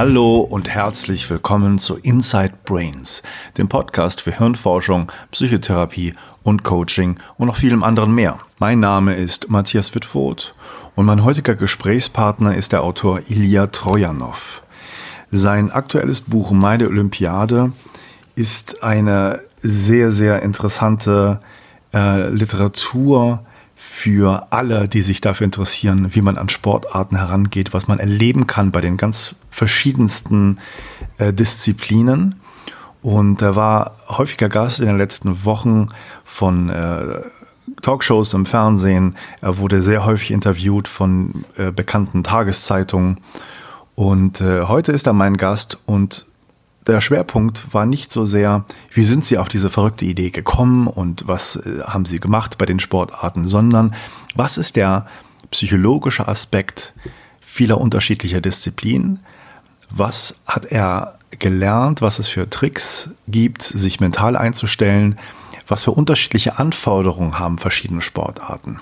Hallo und herzlich willkommen zu Inside Brains, dem Podcast für Hirnforschung, Psychotherapie und Coaching und noch vielem anderen mehr. Mein Name ist Matthias Wittvoth und mein heutiger Gesprächspartner ist der Autor Ilja Trojanow. Sein aktuelles Buch Meine Olympiade ist eine sehr, sehr interessante Literatur für alle, die sich dafür interessieren, wie man an Sportarten herangeht, was man erleben kann bei den ganz verschiedensten Disziplinen. Und er war häufiger Gast in den letzten Wochen von Talkshows im Fernsehen. Er wurde sehr häufig interviewt von bekannten Tageszeitungen. Und heute ist er mein Gast und der Schwerpunkt war nicht so sehr, wie sind Sie auf diese verrückte Idee gekommen und was haben Sie gemacht bei den Sportarten, sondern was ist der psychologische Aspekt vieler unterschiedlicher Disziplinen? Was hat er gelernt, was es für Tricks gibt, sich mental einzustellen? Was für unterschiedliche Anforderungen haben verschiedene Sportarten?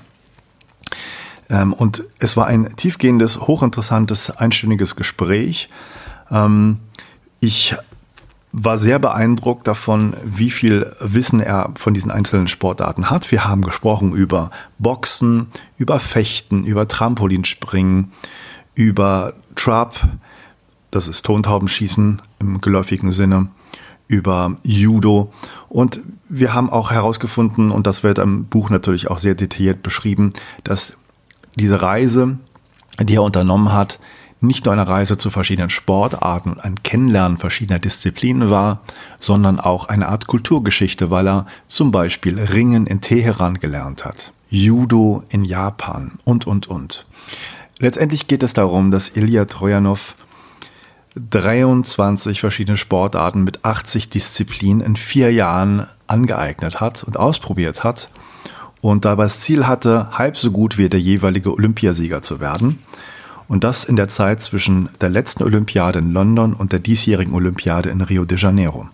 Und es war ein tiefgehendes, hochinteressantes, einstündiges Gespräch. Ich war sehr beeindruckt davon, wie viel Wissen er von diesen einzelnen Sportarten hat. Wir haben gesprochen über Boxen, über Fechten, über Trampolinspringen, über Trap, das ist Tontaubenschießen im geläufigen Sinne, über Judo. Und wir haben auch herausgefunden, und das wird im Buch natürlich auch sehr detailliert beschrieben, dass diese Reise, die er unternommen hat, nicht nur eine Reise zu verschiedenen Sportarten und ein Kennenlernen verschiedener Disziplinen war, sondern auch eine Art Kulturgeschichte, weil er zum Beispiel Ringen in Teheran gelernt hat, Judo in Japan und. Letztendlich geht es darum, dass Ilja Trojanow 23 verschiedene Sportarten mit 80 Disziplinen in 4 Jahren angeeignet hat und ausprobiert hat und dabei das Ziel hatte, halb so gut wie der jeweilige Olympiasieger zu werden. Und das in der Zeit zwischen der letzten Olympiade in London und der diesjährigen Olympiade in Rio de Janeiro.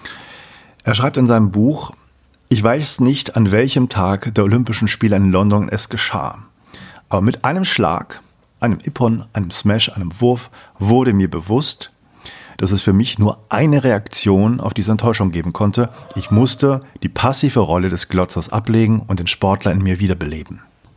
Er schreibt in seinem Buch: Ich weiß nicht, an welchem Tag der Olympischen Spiele in London es geschah. Aber mit einem Schlag, einem Ippon, einem Smash, einem Wurf wurde mir bewusst, dass es für mich nur eine Reaktion auf diese Enttäuschung geben konnte. Ich musste die passive Rolle des Glotzers ablegen und den Sportler in mir wiederbeleben.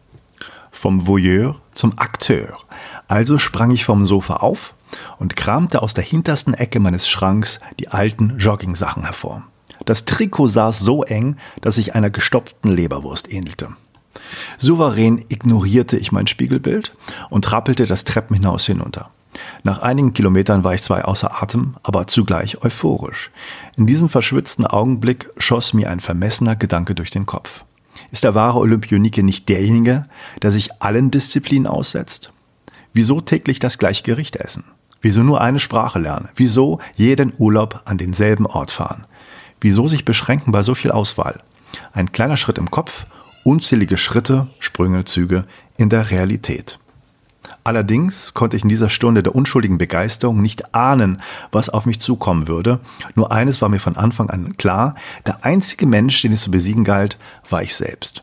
Vom Voyeur zum Akteur. Also sprang ich vom Sofa auf und kramte aus der hintersten Ecke meines Schranks die alten Joggingsachen hervor. Das Trikot saß so eng, dass ich einer gestopften Leberwurst ähnelte. Souverän ignorierte ich mein Spiegelbild und trappelte das Treppenhaus hinunter. Nach einigen Kilometern war ich zwar außer Atem, aber zugleich euphorisch. In diesem verschwitzten Augenblick schoss mir ein vermessener Gedanke durch den Kopf. Ist der wahre Olympionike nicht derjenige, der sich allen Disziplinen aussetzt? Wieso täglich das gleiche Gericht essen? Wieso nur eine Sprache lernen? Wieso jeden Urlaub an denselben Ort fahren? Wieso sich beschränken bei so viel Auswahl? Ein kleiner Schritt im Kopf, unzählige Schritte, Sprünge, Züge in der Realität. Allerdings konnte ich in dieser Stunde der unschuldigen Begeisterung nicht ahnen, was auf mich zukommen würde. Nur eines war mir von Anfang an klar: Der einzige Mensch, den es zu besiegen galt, war ich selbst.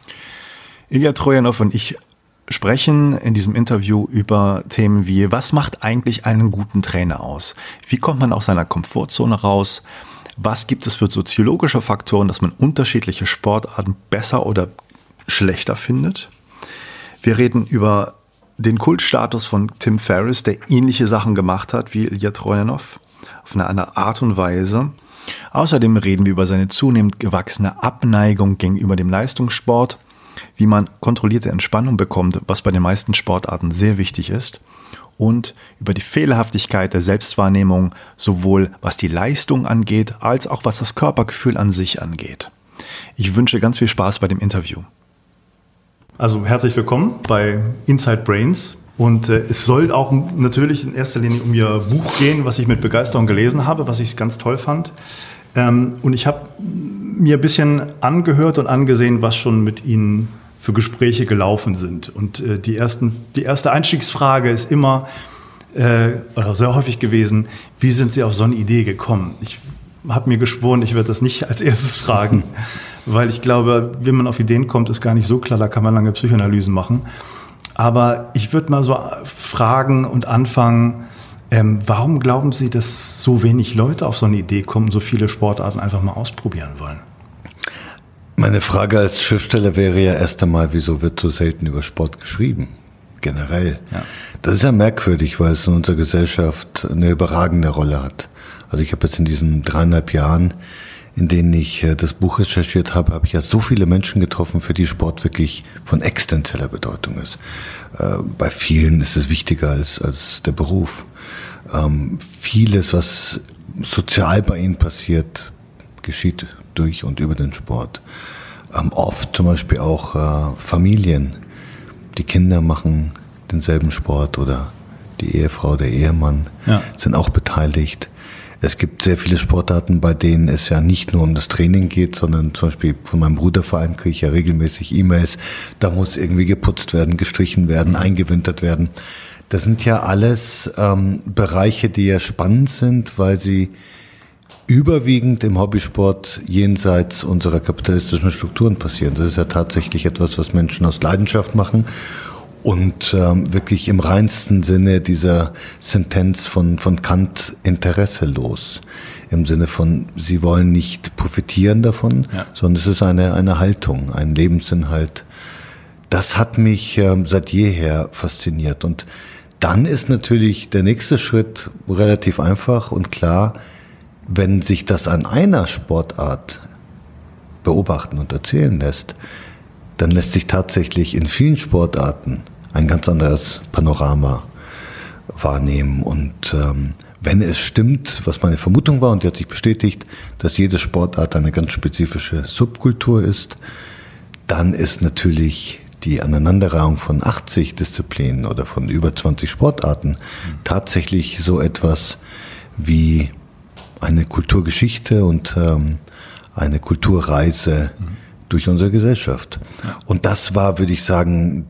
Ilja Trojanow und ich sprechen in diesem Interview über Themen wie: Was macht eigentlich einen guten Trainer aus? Wie kommt man aus seiner Komfortzone raus? Was gibt es für soziologische Faktoren, dass man unterschiedliche Sportarten besser oder schlechter findet? Wir reden über den Kultstatus von Tim Ferriss, der ähnliche Sachen gemacht hat wie Ilja Trojanow, auf eine andere Art und Weise. Außerdem reden wir über seine zunehmend gewachsene Abneigung gegenüber dem Leistungssport, wie man kontrollierte Entspannung bekommt, was bei den meisten Sportarten sehr wichtig ist, und über die Fehlerhaftigkeit der Selbstwahrnehmung, sowohl was die Leistung angeht, als auch was das Körpergefühl an sich angeht. Ich wünsche ganz viel Spaß bei dem Interview. Also herzlich willkommen bei Inside Brains, und es soll auch natürlich in erster Linie um Ihr Buch gehen, was ich mit Begeisterung gelesen habe, was ich ganz toll fand. Und ich habe mir ein bisschen angehört und angesehen, was schon mit Ihnen für Gespräche gelaufen sind. Und die erste Einstiegsfrage ist immer, oder sehr häufig gewesen: Wie sind Sie auf so eine Idee gekommen? Ich habe mir geschworen, ich werde das nicht als erstes fragen, weil ich glaube, wenn man auf Ideen kommt, ist gar nicht so klar, da kann man lange Psychoanalysen machen. Aber ich würde mal so fragen und anfangen, Warum glauben Sie, dass so wenig Leute auf so eine Idee kommen, so viele Sportarten einfach mal ausprobieren wollen? Meine Frage als Schriftsteller wäre ja erst einmal, wieso wird so selten über Sport geschrieben? Generell. Ja. Das ist ja merkwürdig, weil es in unserer Gesellschaft eine überragende Rolle hat. Also ich habe jetzt in diesen 3,5 Jahren, in denen ich das Buch recherchiert habe, habe ich ja so viele Menschen getroffen, für die Sport wirklich von existenzieller Bedeutung ist. Bei vielen ist es wichtiger als der Beruf. Vieles, was sozial bei ihnen passiert, geschieht durch und über den Sport. Oft zum Beispiel auch Familien. Die Kinder machen denselben Sport oder die Ehefrau, der Ehemann sind auch beteiligt. Es gibt sehr viele Sportarten, bei denen es ja nicht nur um das Training geht, sondern zum Beispiel von meinem Bruderverein kriege ich ja regelmäßig E-Mails. Da muss irgendwie geputzt werden, gestrichen werden, eingewintert werden. Das sind ja alles Bereiche, die ja spannend sind, weil sie überwiegend im Hobbysport jenseits unserer kapitalistischen Strukturen passieren. Das ist ja tatsächlich etwas, was Menschen aus Leidenschaft machen und wirklich im reinsten Sinne dieser Sentenz von Kant interesselos. Im Sinne von, sie wollen nicht profitieren davon, sondern es ist eine Haltung, ein Lebensinhalt. Das hat mich seit jeher fasziniert. Und dann ist natürlich der nächste Schritt relativ einfach und klar, wenn sich das an einer Sportart beobachten und erzählen lässt, dann lässt sich tatsächlich in vielen Sportarten ein ganz anderes Panorama wahrnehmen. Und wenn es stimmt, was meine Vermutung war und die hat sich bestätigt, dass jede Sportart eine ganz spezifische Subkultur ist, dann ist natürlich die Aneinanderreihung von 80 Disziplinen oder von über 20 Sportarten tatsächlich so etwas wie eine Kulturgeschichte und eine Kulturreise durch unsere Gesellschaft. Und das war, würde ich sagen,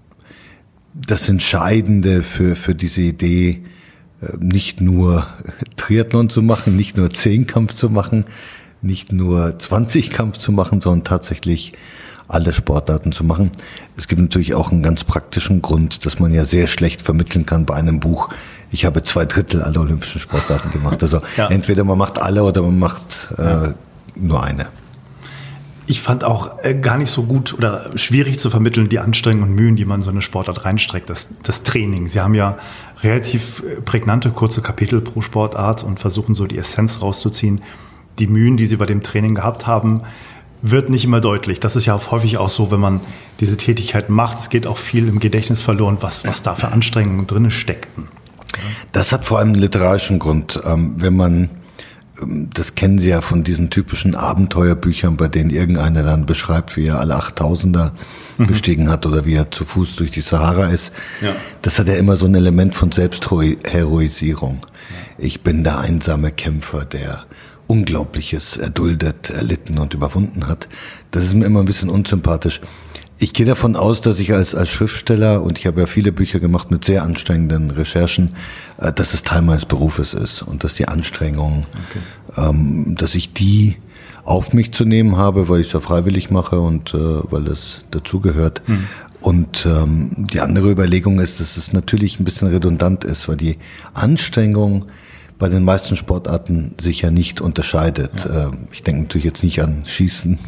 das Entscheidende für diese Idee, nicht nur Triathlon zu machen, nicht nur 10-Kampf zu machen, nicht nur 20-Kampf zu machen, sondern tatsächlich alle Sportarten zu machen. Es gibt natürlich auch einen ganz praktischen Grund, dass man ja sehr schlecht vermitteln kann bei einem Buch. Ich habe 2/3 aller olympischen Sportarten gemacht. Also entweder man macht alle oder man macht nur eine. Ich fand auch gar nicht so gut oder schwierig zu vermitteln, die Anstrengungen und Mühen, die man in so eine Sportart reinstreckt, das Training. Sie haben ja relativ prägnante, kurze Kapitel pro Sportart und versuchen so die Essenz rauszuziehen. Die Mühen, die Sie bei dem Training gehabt haben, wird nicht immer deutlich. Das ist ja häufig auch so, wenn man diese Tätigkeit macht. Es geht auch viel im Gedächtnis verloren, was da für Anstrengungen drin steckten. Das hat vor allem einen literarischen Grund. Wenn man, das kennen Sie ja von diesen typischen Abenteuerbüchern, bei denen irgendeiner dann beschreibt, wie er alle 8000er bestiegen hat oder wie er zu Fuß durch die Sahara ist. Ja. Das hat ja immer so ein Element von Selbstheroisierung. Ich bin der einsame Kämpfer, der Unglaubliches erduldet, erlitten und überwunden hat. Das ist mir immer ein bisschen unsympathisch. Ich gehe davon aus, dass ich als Schriftsteller, und ich habe ja viele Bücher gemacht mit sehr anstrengenden Recherchen, dass es Teil meines Berufes ist und dass die Anstrengung, dass ich die auf mich zu nehmen habe, weil ich es ja freiwillig mache und weil es dazugehört. Und die andere Überlegung ist, dass es natürlich ein bisschen redundant ist, weil die Anstrengung bei den meisten Sportarten sich ja nicht unterscheidet. Ja. Ich denke natürlich jetzt nicht an Schießen.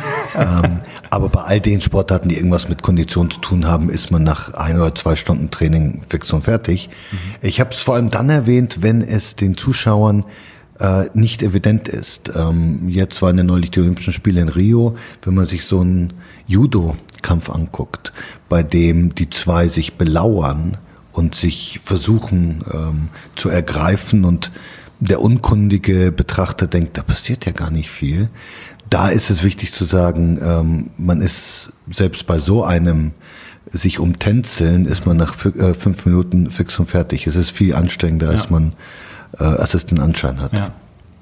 Aber bei all den Sportarten, die irgendwas mit Kondition zu tun haben, ist man nach 1 oder 2 Stunden Training fix und fertig. Ich habe es vor allem dann erwähnt, wenn es den Zuschauern nicht evident ist. Jetzt waren ja neulich die Olympischen Spiele in Rio. Wenn man sich so einen Judo-Kampf anguckt, bei dem die zwei sich belauern und sich versuchen zu ergreifen und der unkundige Betrachter denkt, da passiert ja gar nicht viel. Da ist es wichtig zu sagen, man ist selbst bei so einem sich umtänzeln, ist man nach 5 Minuten fix und fertig. Es ist viel anstrengender, als es den Anschein hat. Ja.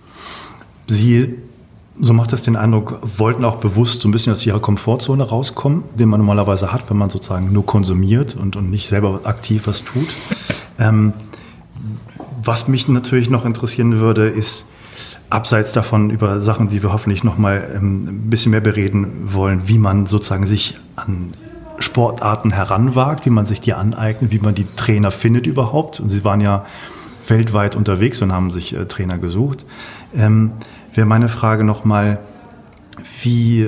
Sie, so macht es den Eindruck, wollten auch bewusst so ein bisschen aus ihrer Komfortzone rauskommen, den man normalerweise hat, wenn man sozusagen nur konsumiert und nicht selber aktiv was tut. Was mich natürlich noch interessieren würde, ist, abseits davon über Sachen, die wir hoffentlich noch mal ein bisschen mehr bereden wollen, wie man sozusagen sich an Sportarten heranwagt, wie man sich die aneignet, wie man die Trainer findet überhaupt. Und Sie waren ja weltweit unterwegs und haben sich Trainer gesucht. Wäre meine Frage nochmal, wie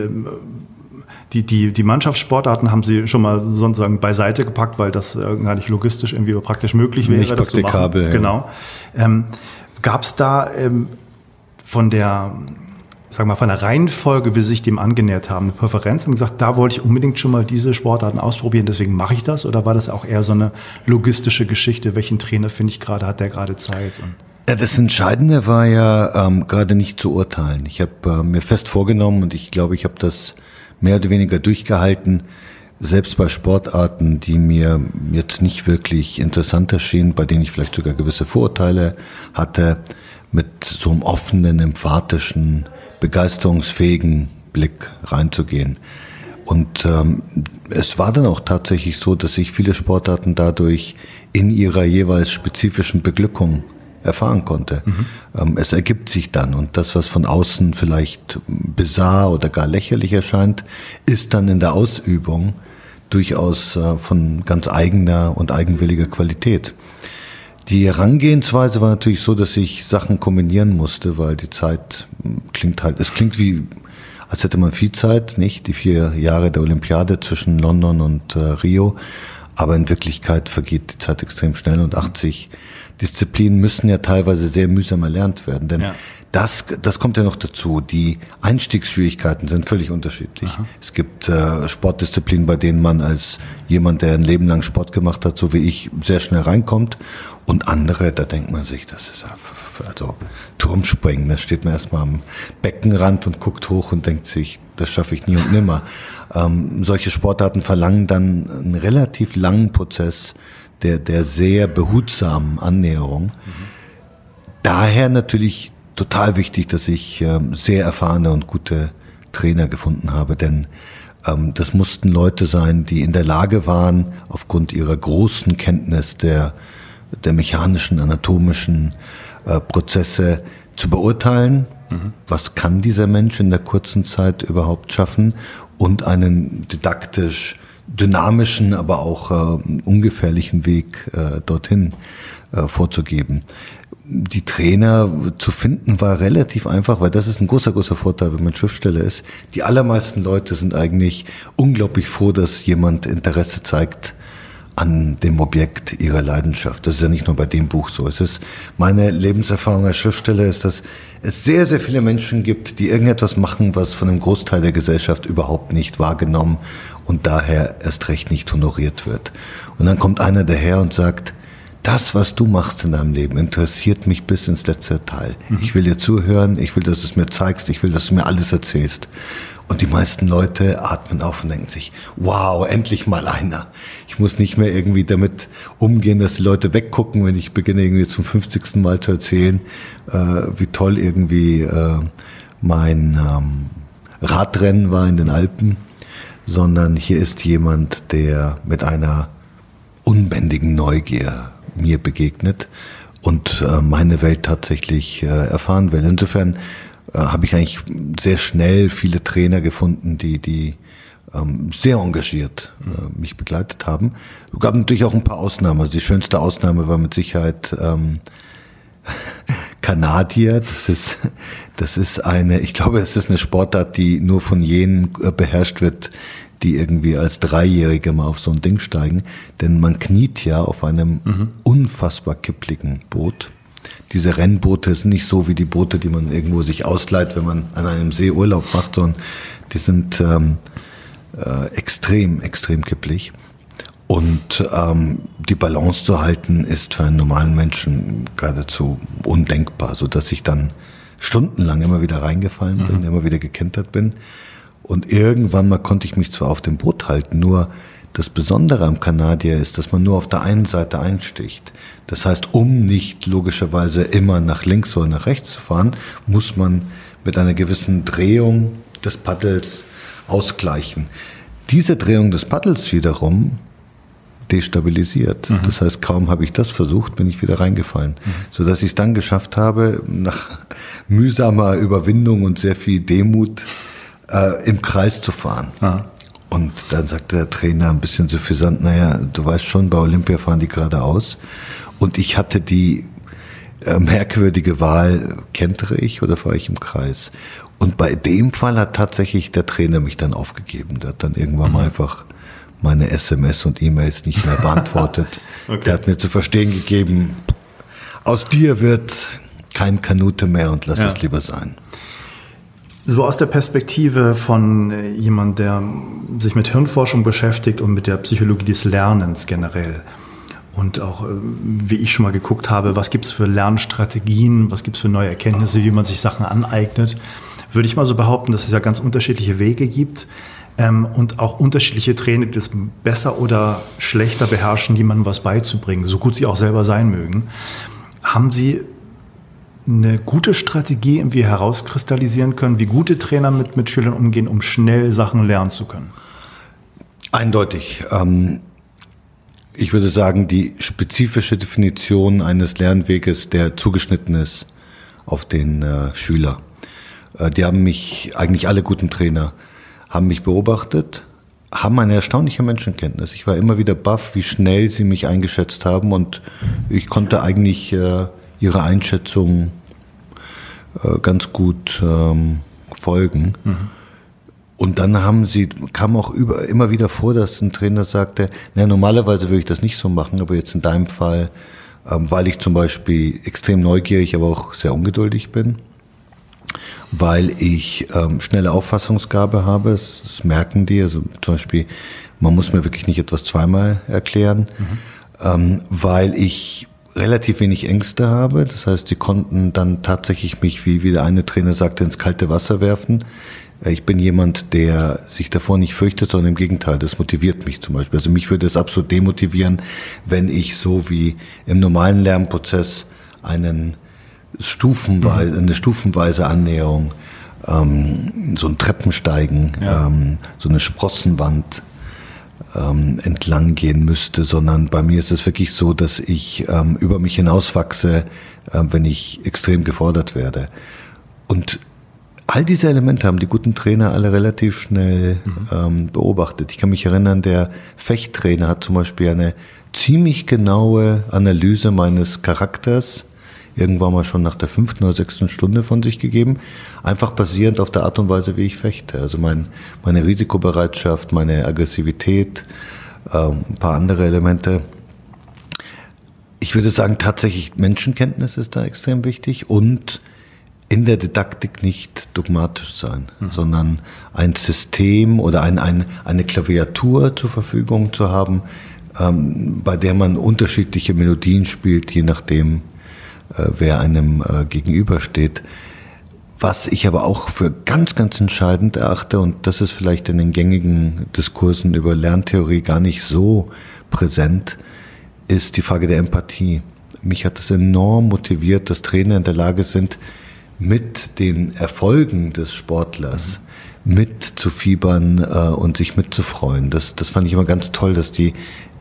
die Mannschaftssportarten haben Sie schon mal sozusagen beiseite gepackt, weil das gar nicht logistisch irgendwie praktisch möglich wäre, nicht das zu machen. Ja. Genau. Gab es da von der Reihenfolge, wie Sie sich dem angenähert haben, eine Präferenz? Haben gesagt, da wollte ich unbedingt schon mal diese Sportarten ausprobieren, deswegen mache ich das? Oder war das auch eher so eine logistische Geschichte? Welchen Trainer finde ich gerade, hat der gerade Zeit? Ja, das Entscheidende war ja gerade nicht zu urteilen. Ich habe mir fest vorgenommen und ich glaube, ich habe das mehr oder weniger durchgehalten, selbst bei Sportarten, die mir jetzt nicht wirklich interessant erschienen, bei denen ich vielleicht sogar gewisse Vorurteile hatte, mit so einem offenen, emphatischen, begeisterungsfähigen Blick reinzugehen. Und es war dann auch tatsächlich so, dass ich viele Sportarten dadurch in ihrer jeweils spezifischen Beglückung erfahren konnte. Es ergibt sich dann und das, was von außen vielleicht bizarr oder gar lächerlich erscheint, ist dann in der Ausübung durchaus von ganz eigener und eigenwilliger Qualität. Die Herangehensweise war natürlich so, dass ich Sachen kombinieren musste, weil die Zeit es klingt wie, als hätte man viel Zeit, nicht? Die 4 Jahre der Olympiade zwischen London und Rio, aber in Wirklichkeit vergeht die Zeit extrem schnell und 80 Disziplinen müssen ja teilweise sehr mühsam erlernt werden, denn das kommt ja noch dazu. Die Einstiegsschwierigkeiten sind völlig unterschiedlich. Aha. Es gibt Sportdisziplinen, bei denen man als jemand, der ein Leben lang Sport gemacht hat, so wie ich, sehr schnell reinkommt und andere, da denkt man sich, das ist also Turmspringen, da steht man erstmal am Beckenrand und guckt hoch und denkt sich, das schaffe ich nie und nimmer. Solche Sportarten verlangen dann einen relativ langen Prozess der sehr behutsamen Annäherung. Daher natürlich total wichtig, dass ich sehr erfahrene und gute Trainer gefunden habe, denn das mussten Leute sein, die in der Lage waren, aufgrund ihrer großen Kenntnis der mechanischen, anatomischen Prozesse zu beurteilen, was kann dieser Mensch in der kurzen Zeit überhaupt schaffen und einen didaktisch dynamischen, aber auch ungefährlichen Weg dorthin vorzugeben. Die Trainer zu finden war relativ einfach, weil das ist ein großer Vorteil, wenn man Schriftsteller ist. Die allermeisten Leute sind eigentlich unglaublich froh, dass jemand Interesse zeigt an dem Objekt ihrer Leidenschaft. Das ist ja nicht nur bei dem Buch so. Es ist meine Lebenserfahrung als Schriftsteller ist, dass es sehr, sehr viele Menschen gibt, die irgendetwas machen, was von einem Großteil der Gesellschaft überhaupt nicht wahrgenommen und daher erst recht nicht honoriert wird. Und dann kommt einer daher und sagt, das, was du machst in deinem Leben, interessiert mich bis ins letzte Detail. Ich will dir zuhören, ich will, dass du es mir zeigst, ich will, dass du mir alles erzählst. Und die meisten Leute atmen auf und denken sich, wow, endlich mal einer. Ich muss nicht mehr irgendwie damit umgehen, dass die Leute weggucken, wenn ich beginne irgendwie zum 50. Mal zu erzählen, wie toll irgendwie mein Radrennen war in den Alpen, sondern hier ist jemand, der mit einer unbändigen Neugier mir begegnet und meine Welt tatsächlich erfahren will. Insofern habe ich eigentlich sehr schnell viele Trainer gefunden, die sehr engagiert mich begleitet haben. Es gab natürlich auch ein paar Ausnahmen. Also die schönste Ausnahme war mit Sicherheit Kanadier. Das ist ich glaube, es ist eine Sportart, die nur von jenen beherrscht wird, die irgendwie als Dreijährige mal auf so ein Ding steigen. Denn man kniet ja auf einem unfassbar kippligen Boot. Diese Rennboote sind nicht so wie die Boote, die man irgendwo sich ausleiht, wenn man an einem See Urlaub macht, sondern die sind extrem kipplig. Und die Balance zu halten, ist für einen normalen Menschen geradezu undenkbar, sodass ich dann stundenlang immer wieder reingefallen bin, immer wieder gekentert bin. Und irgendwann mal konnte ich mich zwar auf dem Boot halten, nur das Besondere am Kanadier ist, dass man nur auf der einen Seite einsticht. Das heißt, um nicht logischerweise immer nach links oder nach rechts zu fahren, muss man mit einer gewissen Drehung des Paddels ausgleichen. Diese Drehung des Paddels wiederum destabilisiert. Das heißt, kaum habe ich das versucht, bin ich wieder reingefallen. Sodass ich es dann geschafft habe, nach mühsamer Überwindung und sehr viel Demut im Kreis zu fahren. Aha. Und dann sagte der Trainer ein bisschen suffisant, naja, du weißt schon, bei Olympia fahren die geradeaus. Und ich hatte die merkwürdige Wahl, kentere ich oder fahre ich im Kreis? Und bei dem Fall hat tatsächlich der Trainer mich dann aufgegeben. Der hat dann irgendwann mal einfach meine SMS und E-Mails nicht mehr beantwortet. Okay. Der hat mir zu verstehen gegeben, aus dir wird kein Kanute mehr und lass es lieber sein. So aus der Perspektive von jemand, der sich mit Hirnforschung beschäftigt und mit der Psychologie des Lernens generell und auch, wie ich schon mal geguckt habe, was gibt es für Lernstrategien, was gibt es für neue Erkenntnisse, wie man sich Sachen aneignet, würde ich mal so behaupten, dass es ja ganz unterschiedliche Wege gibt und auch unterschiedliche Trainer, die das besser oder schlechter beherrschen, jemandem was beizubringen, so gut sie auch selber sein mögen. Haben Sie eine gute Strategie irgendwie herauskristallisieren können, wie gute Trainer mit Schülern umgehen, um schnell Sachen lernen zu können? Eindeutig. Ich würde sagen, die spezifische Definition eines Lernweges, der zugeschnitten ist auf den Schüler. Die haben mich, eigentlich alle guten Trainer, haben mich beobachtet, haben eine erstaunliche Menschenkenntnis. Ich war immer wieder baff, wie schnell sie mich eingeschätzt haben und ich konnte eigentlich ihre Einschätzung ganz gut folgen. Mhm. Und dann kam auch immer wieder vor, dass ein Trainer sagte, normalerweise würde ich das nicht so machen, aber jetzt in deinem Fall, weil ich zum Beispiel extrem neugierig, aber auch sehr ungeduldig bin, weil ich schnelle Auffassungsgabe habe, das merken die, also zum Beispiel, man muss mir wirklich nicht etwas zweimal erklären, weil ich relativ wenig Ängste habe. Das heißt, sie konnten dann tatsächlich mich, wie der eine Trainer sagte, ins kalte Wasser werfen. Ich bin jemand, der sich davor nicht fürchtet, sondern im Gegenteil, das motiviert mich zum Beispiel. Also mich würde es absolut demotivieren, wenn ich so wie im normalen Lernprozess eine stufenweise Annäherung, so ein Treppensteigen, so eine Sprossenwand entlang gehen müsste, sondern bei mir ist es wirklich so, dass ich über mich hinauswachse, wenn ich extrem gefordert werde. Und all diese Elemente haben die guten Trainer alle relativ schnell beobachtet. Ich kann mich erinnern, der Fechttrainer hat zum Beispiel eine ziemlich genaue Analyse meines Charakters irgendwann mal schon nach der 5. oder 6. Stunde von sich gegeben, einfach basierend auf der Art und Weise, wie ich fechte. Also meine Risikobereitschaft, meine Aggressivität, ein paar andere Elemente. Ich würde sagen, tatsächlich Menschenkenntnis ist da extrem wichtig und in der Didaktik nicht dogmatisch sein, sondern ein System oder eine Klaviatur zur Verfügung zu haben, bei der man unterschiedliche Melodien spielt, je nachdem, wer einem gegenübersteht. Was ich aber auch für ganz, ganz entscheidend erachte, und das ist vielleicht in den gängigen Diskursen über Lerntheorie gar nicht so präsent, ist die Frage der Empathie. Mich hat es enorm motiviert, dass Trainer in der Lage sind, mit den Erfolgen des Sportlers mitzufiebern und sich mitzufreuen. Das fand ich immer ganz toll, dass die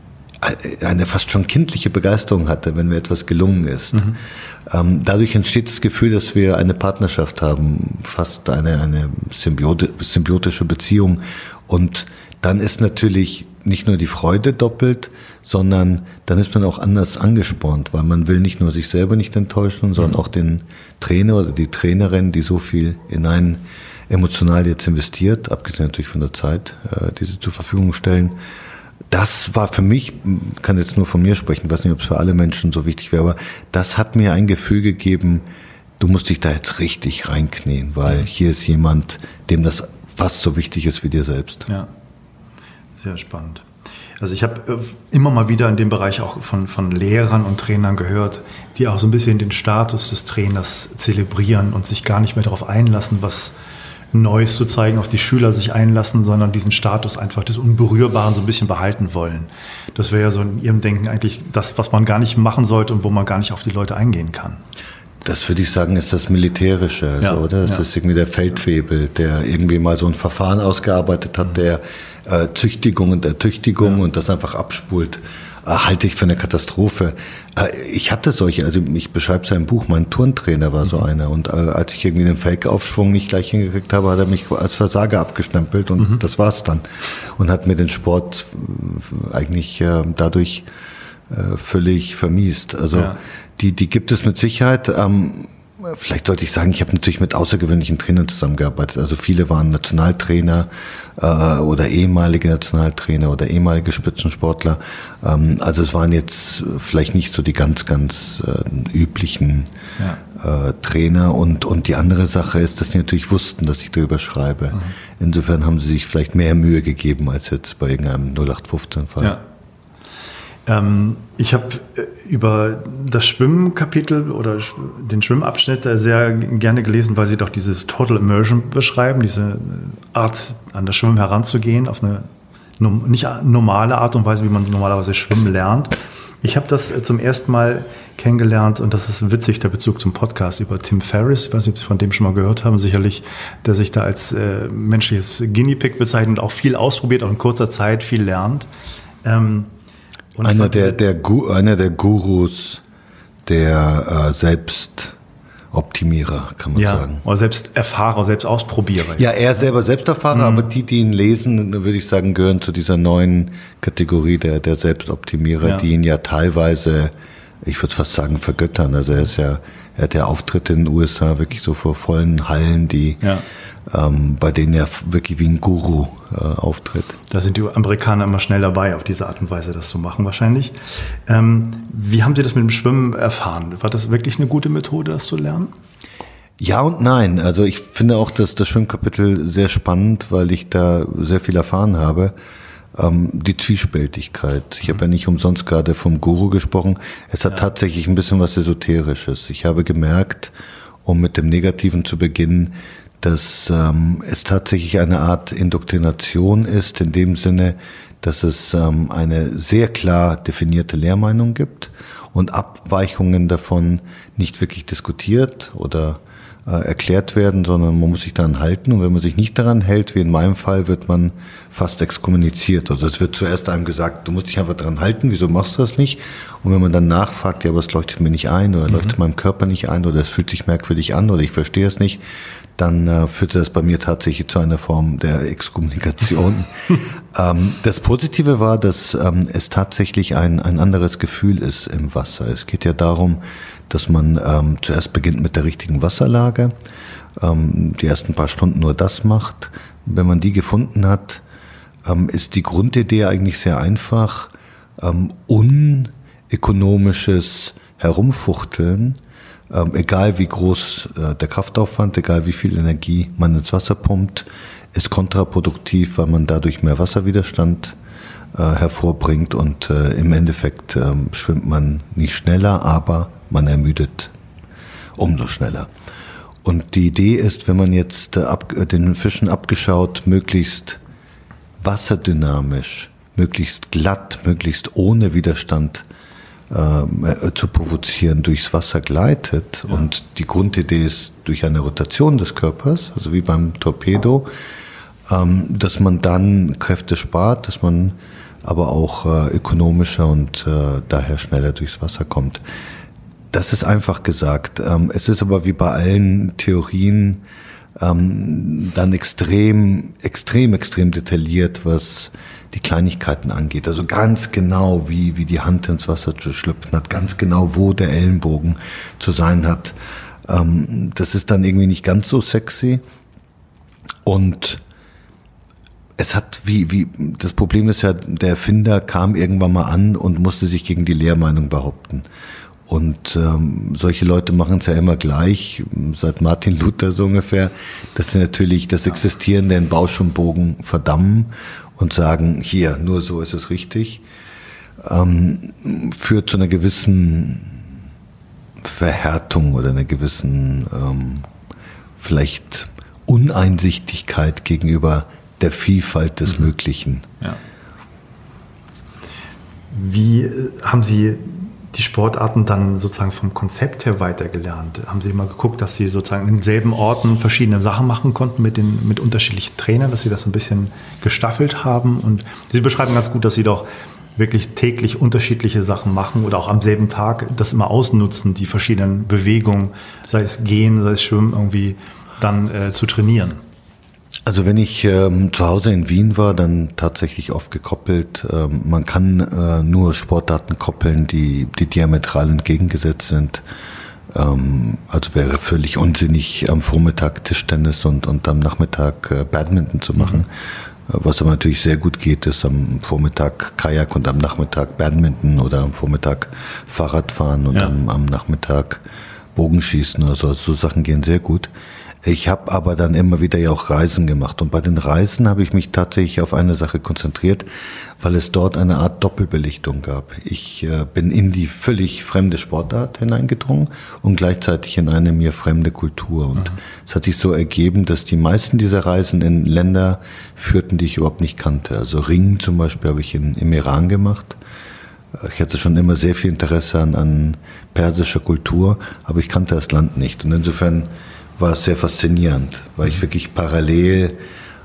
eine fast schon kindliche Begeisterung hatte, wenn mir etwas gelungen ist. Dadurch entsteht das Gefühl, dass wir eine Partnerschaft haben, fast eine symbiotische Beziehung. Und dann ist natürlich nicht nur die Freude doppelt, sondern dann ist man auch anders angespornt, weil man will nicht nur sich selber nicht enttäuschen, sondern auch den Trainer oder die Trainerin, die so viel in einen emotional jetzt investiert, abgesehen natürlich von der Zeit, die sie zur Verfügung stellen. Das war für mich, kann jetzt nur von mir sprechen, weiß nicht, ob es für alle Menschen so wichtig wäre, aber das hat mir ein Gefühl gegeben, du musst dich da jetzt richtig reinknien, weil hier ist jemand, dem das fast so wichtig ist wie dir selbst. Ja, sehr spannend. Also ich habe immer mal wieder in dem Bereich auch von Lehrern und Trainern gehört, die auch so ein bisschen den Status des Trainers zelebrieren und sich gar nicht mehr darauf einlassen, was Neues zu zeigen, auf die Schüler sich einlassen, sondern diesen Status einfach des Unberührbaren so ein bisschen behalten wollen. Das wäre ja so in Ihrem Denken eigentlich das, was man gar nicht machen sollte und wo man gar nicht auf die Leute eingehen kann. Das würde ich sagen, ist das Militärische, also, ja, oder? Das ist irgendwie der Feldwebel, der irgendwie mal so ein Verfahren ausgearbeitet hat, der Züchtigung und Ertüchtigung und das einfach abspult. Halte ich für eine Katastrophe. Ich hatte solche, also ich beschreibe es ja im Buch, mein Turntrainer war so einer und als ich irgendwie den Felgaufschwung nicht gleich hingekriegt habe, hat er mich als Versager abgestempelt und das war's dann. Und hat mir den Sport eigentlich dadurch völlig vermiest. Also Die gibt es mit Sicherheit. Vielleicht sollte ich sagen, ich habe natürlich mit außergewöhnlichen Trainern zusammengearbeitet. Also viele waren Nationaltrainer oder ehemalige Nationaltrainer oder ehemalige Spitzensportler. Also es waren jetzt vielleicht nicht so die ganz üblichen Trainer. Und die andere Sache ist, dass sie natürlich wussten, dass ich darüber schreibe. Mhm. Insofern haben sie sich vielleicht mehr Mühe gegeben als jetzt bei irgendeinem 0815-Fall. Ja. Ich habe über das Schwimmkapitel oder den Schwimmabschnitt sehr gerne gelesen, weil Sie doch dieses Total Immersion beschreiben, diese Art, an das Schwimmen heranzugehen, auf eine nicht normale Art und Weise, wie man normalerweise schwimmen lernt. Ich habe das zum ersten Mal kennengelernt und das ist witzig, der Bezug zum Podcast über Tim Ferriss. Ich weiß nicht, ob Sie von dem schon mal gehört haben. Sicherlich, der sich da als menschliches Guinea Pig bezeichnet, auch viel ausprobiert, auch in kurzer Zeit viel lernt. Einer der Gurus der Selbstoptimierer, kann man sagen. Oder Selbsterfahrer, Selbstausprobierer. Ja, er selber Selbsterfahrer, aber die ihn lesen, würde ich sagen, gehören zu dieser neuen Kategorie der Selbstoptimierer, die ihn ja teilweise, ich würde fast sagen, vergöttern. Also er hat ja Auftritte in den USA wirklich so vor vollen Hallen, bei denen er wirklich wie ein Guru auftritt. Da sind die Amerikaner immer schnell dabei, auf diese Art und Weise das zu machen wahrscheinlich. Wie haben Sie das mit dem Schwimmen erfahren? War das wirklich eine gute Methode, das zu lernen? Ja und nein. Also ich finde auch das Schwimmkapitel sehr spannend, weil ich da sehr viel erfahren habe. Die Zwiespältigkeit. Ich habe ja nicht umsonst gerade vom Guru gesprochen. Es hat tatsächlich ein bisschen was Esoterisches. Ich habe gemerkt, um mit dem Negativen zu beginnen, dass es tatsächlich eine Art Indoktrination ist, in dem Sinne, dass es eine sehr klar definierte Lehrmeinung gibt und Abweichungen davon nicht wirklich diskutiert oder erklärt werden, sondern man muss sich daran halten. Und wenn man sich nicht daran hält, wie in meinem Fall, wird man fast exkommuniziert. Also es wird zuerst einem gesagt, du musst dich einfach daran halten, wieso machst du das nicht? Und wenn man dann nachfragt, ja, aber es leuchtet mir nicht ein oder leuchtet meinem Körper nicht ein oder es fühlt sich merkwürdig an oder ich verstehe es nicht, dann führte das bei mir tatsächlich zu einer Form der Exkommunikation. Das Positive war, dass es tatsächlich ein anderes Gefühl ist im Wasser. Es geht ja darum, dass man zuerst beginnt mit der richtigen Wasserlage, die ersten paar Stunden nur das macht. Wenn man die gefunden hat, ist die Grundidee eigentlich sehr einfach. Unökonomisches Herumfuchteln, egal wie groß der Kraftaufwand, egal wie viel Energie man ins Wasser pumpt, ist kontraproduktiv, weil man dadurch mehr Wasserwiderstand hervorbringt und im Endeffekt schwimmt man nicht schneller, aber man ermüdet umso schneller. Und die Idee ist, wenn man jetzt den Fischen abgeschaut, möglichst wasserdynamisch, möglichst glatt, möglichst ohne Widerstand zu provozieren, durchs Wasser gleitet. Ja. Und die Grundidee ist durch eine Rotation des Körpers, also wie beim Torpedo, dass man dann Kräfte spart, dass man aber auch ökonomischer und daher schneller durchs Wasser kommt. Das ist einfach gesagt. Es ist aber wie bei allen Theorien dann extrem detailliert, was die Kleinigkeiten angeht. Also ganz genau, wie die Hand ins Wasser zu schlüpfen hat, ganz genau, wo der Ellenbogen zu sein hat. Das ist dann irgendwie nicht ganz so sexy. Und es hat das Problem ist ja, der Erfinder kam irgendwann mal an und musste sich gegen die Lehrmeinung behaupten. Und solche Leute machen es ja immer gleich, seit Martin Luther so ungefähr, dass sie natürlich das Existierende in Bausch und Bogen verdammen und sagen, hier, nur so ist es richtig, führt zu einer gewissen Verhärtung oder einer gewissen vielleicht Uneinsichtigkeit gegenüber der Vielfalt des Möglichen. Ja. Wie haben Sie die Sportarten dann sozusagen vom Konzept her weitergelernt? Haben Sie mal geguckt, dass Sie sozusagen in denselben Orten verschiedene Sachen machen konnten mit unterschiedlichen Trainern, dass Sie das so ein bisschen gestaffelt haben? Und Sie beschreiben ganz gut, dass Sie doch wirklich täglich unterschiedliche Sachen machen oder auch am selben Tag das immer ausnutzen, die verschiedenen Bewegungen, sei es Gehen, sei es Schwimmen, irgendwie dann zu trainieren. Also wenn ich zu Hause in Wien war, dann tatsächlich oft gekoppelt. Man kann nur Sportarten koppeln, die diametral entgegengesetzt sind. Also wäre völlig unsinnig, am Vormittag Tischtennis und am Nachmittag Badminton zu machen. Was aber natürlich sehr gut geht, ist am Vormittag Kajak und am Nachmittag Badminton oder am Vormittag Fahrradfahren und am Nachmittag Bogenschießen oder so. So Sachen gehen sehr gut. Ich habe aber dann immer wieder ja auch Reisen gemacht und bei den Reisen habe ich mich tatsächlich auf eine Sache konzentriert, weil es dort eine Art Doppelbelichtung gab. Ich bin in die völlig fremde Sportart hineingedrungen und gleichzeitig in eine mir fremde Kultur. Und es hat sich so ergeben, dass die meisten dieser Reisen in Länder führten, die ich überhaupt nicht kannte. Also Ringen zum Beispiel habe ich im Iran gemacht. Ich hatte schon immer sehr viel Interesse an persischer Kultur, aber ich kannte das Land nicht. Und insofern war es sehr faszinierend, weil ich wirklich parallel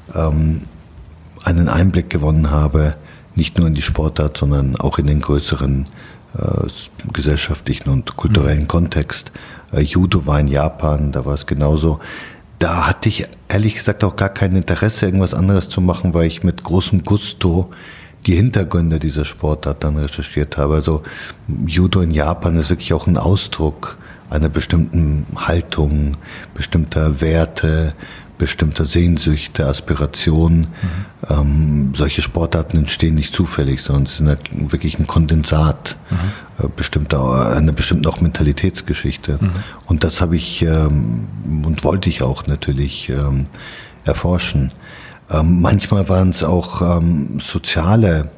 einen Einblick gewonnen habe, nicht nur in die Sportart, sondern auch in den größeren gesellschaftlichen und kulturellen Kontext. Judo war in Japan, da war es genauso. Da hatte ich ehrlich gesagt auch gar kein Interesse, irgendwas anderes zu machen, weil ich mit großem Gusto die Hintergründe dieser Sportart dann recherchiert habe. Also Judo in Japan ist wirklich auch ein Ausdruck einer bestimmten Haltung, bestimmter Werte, bestimmter Sehnsüchte, Aspirationen. Solche Sportarten entstehen nicht zufällig, sondern sie sind halt wirklich ein Kondensat einer bestimmten auch Mentalitätsgeschichte. Und das habe ich und wollte ich auch natürlich erforschen. Manchmal waren es auch soziale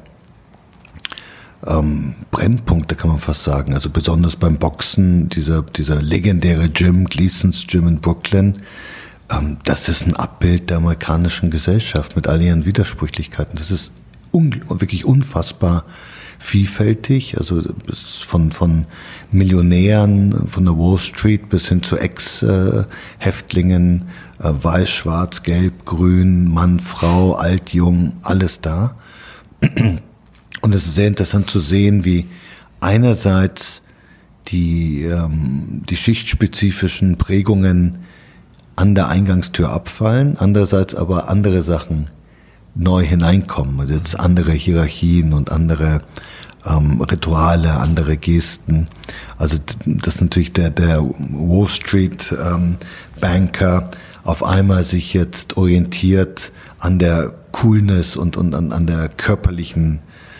Brennpunkte, kann man fast sagen. Also besonders beim Boxen, dieser legendäre Gym, Gleason's Gym in Brooklyn, das ist ein Abbild der amerikanischen Gesellschaft mit all ihren Widersprüchlichkeiten. Das ist wirklich unfassbar vielfältig, also von Millionären von der Wall Street bis hin zu Ex-Häftlingen, weiß, schwarz, gelb, grün, Mann, Frau, alt, jung, alles da. Und es ist sehr interessant zu sehen, wie einerseits die schichtspezifischen Prägungen an der Eingangstür abfallen, andererseits aber andere Sachen neu hineinkommen. Also jetzt andere Hierarchien und andere Rituale, andere Gesten. Also dass natürlich der Wall Street Banker auf einmal sich jetzt orientiert an der Coolness und an der körperlichen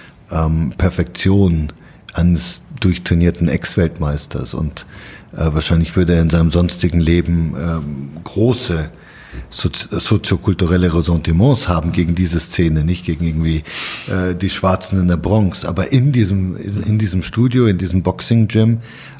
Perfektion eines durchtrainierten Ex-Weltmeisters und wahrscheinlich würde er in seinem sonstigen Leben große soziokulturelle Ressentiments haben gegen diese Szene, nicht gegen irgendwie die Schwarzen in der Bronx, aber in diesem Studio, in diesem Boxing-Gym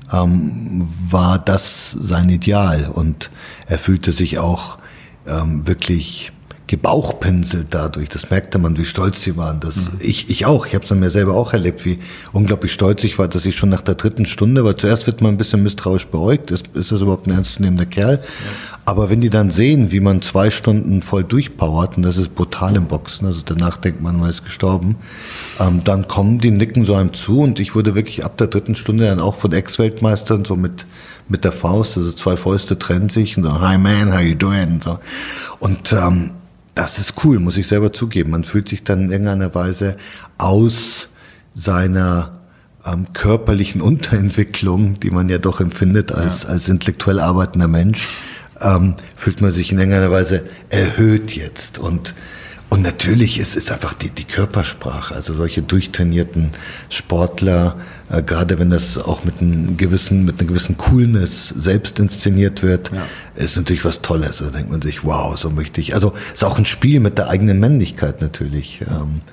war das sein Ideal und er fühlte sich auch wirklich gebauchpinselt dadurch. Das merkte man, wie stolz sie waren. Ich auch. Ich habe es an mir selber auch erlebt, wie unglaublich stolz ich war, dass ich schon nach der 3. Stunde, weil zuerst wird man ein bisschen misstrauisch beäugt, ist das überhaupt ein ernstzunehmender Kerl? Ja. Aber wenn die dann sehen, wie man 2 Stunden voll durchpowert, und das ist brutal im Boxen, also danach denkt man ist gestorben, dann kommen die, nicken so einem zu und ich wurde wirklich ab der 3. Stunde dann auch von Ex-Weltmeistern so mit der Faust, also 2 Fäuste trennen sich und so, hi man, how you doing? Und so. Und das ist cool, muss ich selber zugeben. Man fühlt sich dann in irgendeiner Weise aus seiner körperlichen Unterentwicklung, die man ja doch empfindet als intellektuell arbeitender Mensch, fühlt man sich in irgendeiner Weise erhöht jetzt. Und natürlich ist es einfach die Körpersprache, also solche durchtrainierten Sportler, gerade wenn das auch mit einer gewissen Coolness selbst inszeniert wird, ist natürlich was Tolles. Da denkt man sich, wow, so möchte ich. Also ist auch ein Spiel mit der eigenen Männlichkeit natürlich.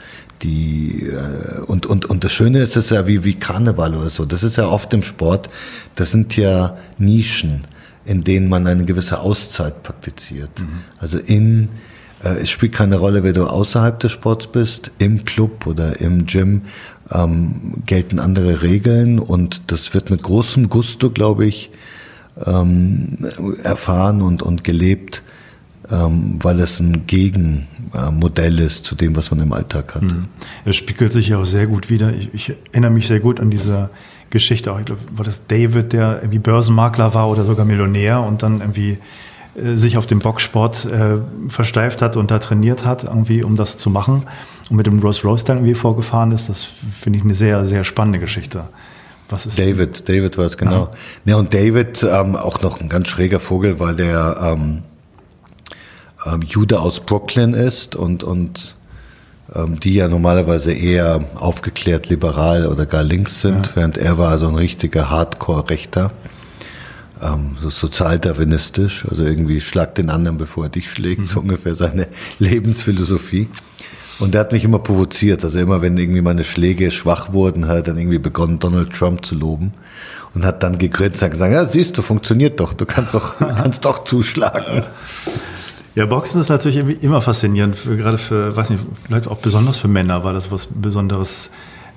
Und das Schöne ist es ja wie Karneval oder so. Das ist ja oft im Sport, das sind ja Nischen, in denen man eine gewisse Auszeit praktiziert. Also es spielt keine Rolle, wer du außerhalb des Sports bist, im Club oder im Gym gelten andere Regeln und das wird mit großem Gusto, glaube ich, erfahren und gelebt, weil es ein Gegenmodell ist zu dem, was man im Alltag hat. Das spiegelt sich ja auch sehr gut wider. Ich erinnere mich sehr gut an diese Geschichte auch. Ich glaube, war das David, der irgendwie Börsenmakler war oder sogar Millionär und dann irgendwie sich auf den Boxsport versteift hat und da trainiert hat, irgendwie, um das zu machen und mit dem Rolls Royce dann irgendwie vorgefahren ist. Das finde ich eine sehr, sehr spannende Geschichte. Was ist David war es, genau. Ja, und David, auch noch ein ganz schräger Vogel, weil der Jude aus Brooklyn ist und die ja normalerweise eher aufgeklärt liberal oder gar links sind, während er war so ein richtiger Hardcore-Rechter, so sozialdarwinistisch, also irgendwie schlag den anderen, bevor er dich schlägt, so ungefähr seine Lebensphilosophie. Und der hat mich immer provoziert, also immer wenn irgendwie meine Schläge schwach wurden, hat er dann irgendwie begonnen, Donald Trump zu loben und hat dann gegrinst und gesagt, ja siehst du, funktioniert doch, du kannst doch zuschlagen. Ja, Boxen ist natürlich immer faszinierend, gerade für, weiß nicht, vielleicht auch besonders für Männer, weil das was Besonderes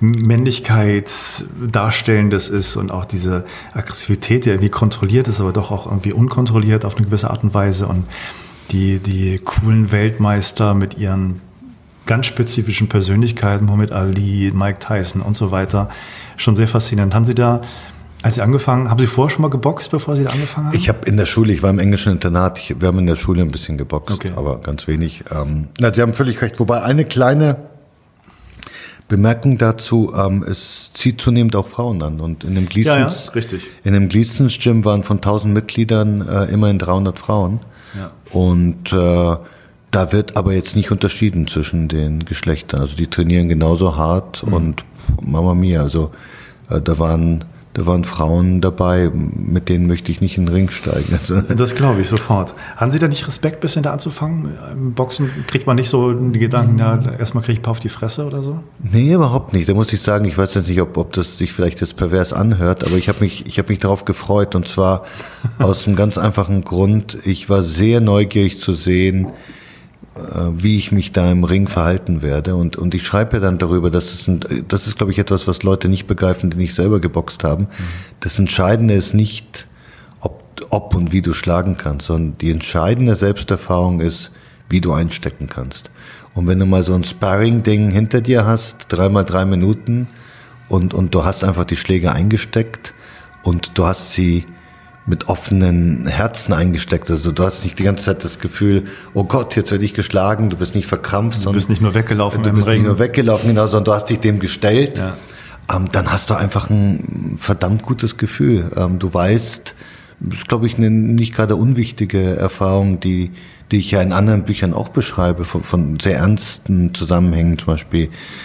Männlichkeitsdarstellendes ist und auch diese Aggressivität, die irgendwie kontrolliert ist, aber doch auch irgendwie unkontrolliert auf eine gewisse Art und Weise und die coolen Weltmeister mit ihren ganz spezifischen Persönlichkeiten, Muhammad Ali, Mike Tyson und so weiter, schon sehr faszinierend. Haben Sie da, als Sie angefangen, haben Sie vorher schon mal geboxt, bevor Sie da angefangen haben? Ich habe in der Schule, ich war im englischen Internat, wir haben in der Schule ein bisschen geboxt, aber ganz wenig. Sie haben völlig recht, wobei eine kleine Bemerkung dazu, es zieht zunehmend auch Frauen an und in dem Gleasons, richtig. In dem Gleasons Gym waren von 1000 Mitgliedern immerhin 300 Frauen und da wird aber jetzt nicht unterschieden zwischen den Geschlechtern. Also die trainieren genauso hart und Mama mia, also da waren Frauen dabei, mit denen möchte ich nicht in den Ring steigen. Also das glaube ich sofort. Haben Sie da nicht Respekt, bisschen da anzufangen? Im Boxen kriegt man nicht so die Gedanken, ja, erstmal kriege ich ein paar auf die Fresse oder so? Nee, überhaupt nicht. Da muss ich sagen, ich weiß jetzt nicht, ob das sich vielleicht jetzt pervers anhört, aber ich habe mich darauf gefreut und zwar aus einem ganz einfachen Grund. Ich war sehr neugierig zu sehen, wie ich mich da im Ring verhalten werde. Und ich schreibe ja dann darüber, das ist, glaube ich, etwas, was Leute nicht begreifen, die nicht selber geboxt haben. Das Entscheidende ist nicht, ob und wie du schlagen kannst, sondern die entscheidende Selbsterfahrung ist, wie du einstecken kannst. Und wenn du mal so ein Sparring-Ding hinter dir hast, 3x3 Minuten, und du hast einfach die Schläge eingesteckt und du hast sie mit offenen Herzen eingesteckt. Also du hast nicht die ganze Zeit das Gefühl, oh Gott, jetzt werde ich geschlagen, du bist nicht verkrampft. Du bist nicht nur weggelaufen im Ring. Genau, sondern du hast dich dem gestellt. Ja. Dann hast du einfach ein verdammt gutes Gefühl. Du weißt, das ist, glaube ich, eine nicht gerade unwichtige Erfahrung, die ich ja in anderen Büchern auch beschreibe, von sehr ernsten Zusammenhängen, zum Beispiel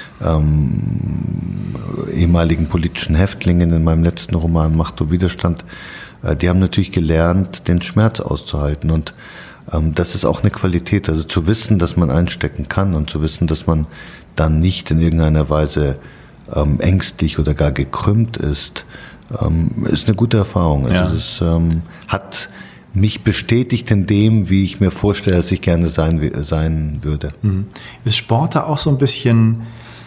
ehemaligen politischen Häftlingen in meinem letzten Roman Macht und Widerstand. Die haben natürlich gelernt, den Schmerz auszuhalten und das ist auch eine Qualität, also zu wissen, dass man einstecken kann und zu wissen, dass man dann nicht in irgendeiner Weise ängstlich oder gar gekrümmt ist eine gute Erfahrung. Also es hat mich bestätigt in dem, wie ich mir vorstelle, dass ich gerne sein würde. Ist Sport da auch so ein bisschen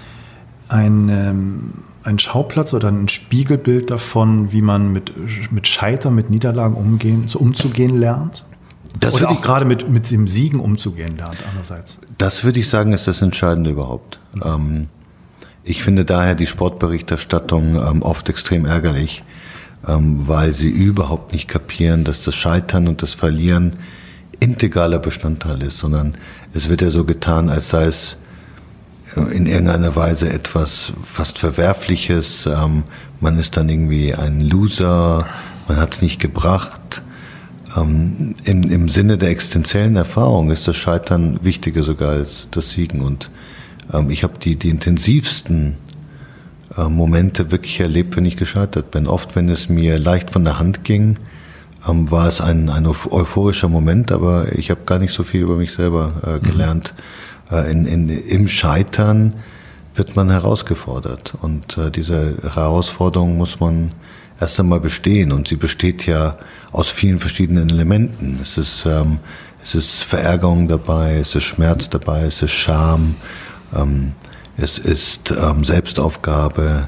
ein Schauplatz oder ein Spiegelbild davon, wie man mit Scheitern, mit Niederlagen umzugehen lernt? Oder auch gerade mit dem Siegen umzugehen lernt andererseits? Das würde ich sagen, ist das Entscheidende überhaupt. Ich finde daher die Sportberichterstattung oft extrem ärgerlich, weil sie überhaupt nicht kapieren, dass das Scheitern und das Verlieren integraler Bestandteil ist, sondern es wird ja so getan, als sei es in irgendeiner Weise etwas fast Verwerfliches. Man ist dann irgendwie ein Loser, man hat es nicht gebracht. Im Sinne der existenziellen Erfahrung ist das Scheitern wichtiger sogar als das Siegen. Und ich habe die intensivsten Momente wirklich erlebt, wenn ich gescheitert bin. Oft, wenn es mir leicht von der Hand ging, war es ein euphorischer Moment, aber ich habe gar nicht so viel über mich selber gelernt. Im Scheitern wird man herausgefordert und diese Herausforderung muss man erst einmal bestehen und sie besteht ja aus vielen verschiedenen Elementen. Es ist Verärgerung dabei, es ist Schmerz dabei, es ist Scham, es ist Selbstaufgabe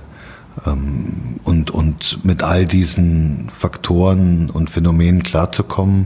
und mit all diesen Faktoren und Phänomenen klarzukommen,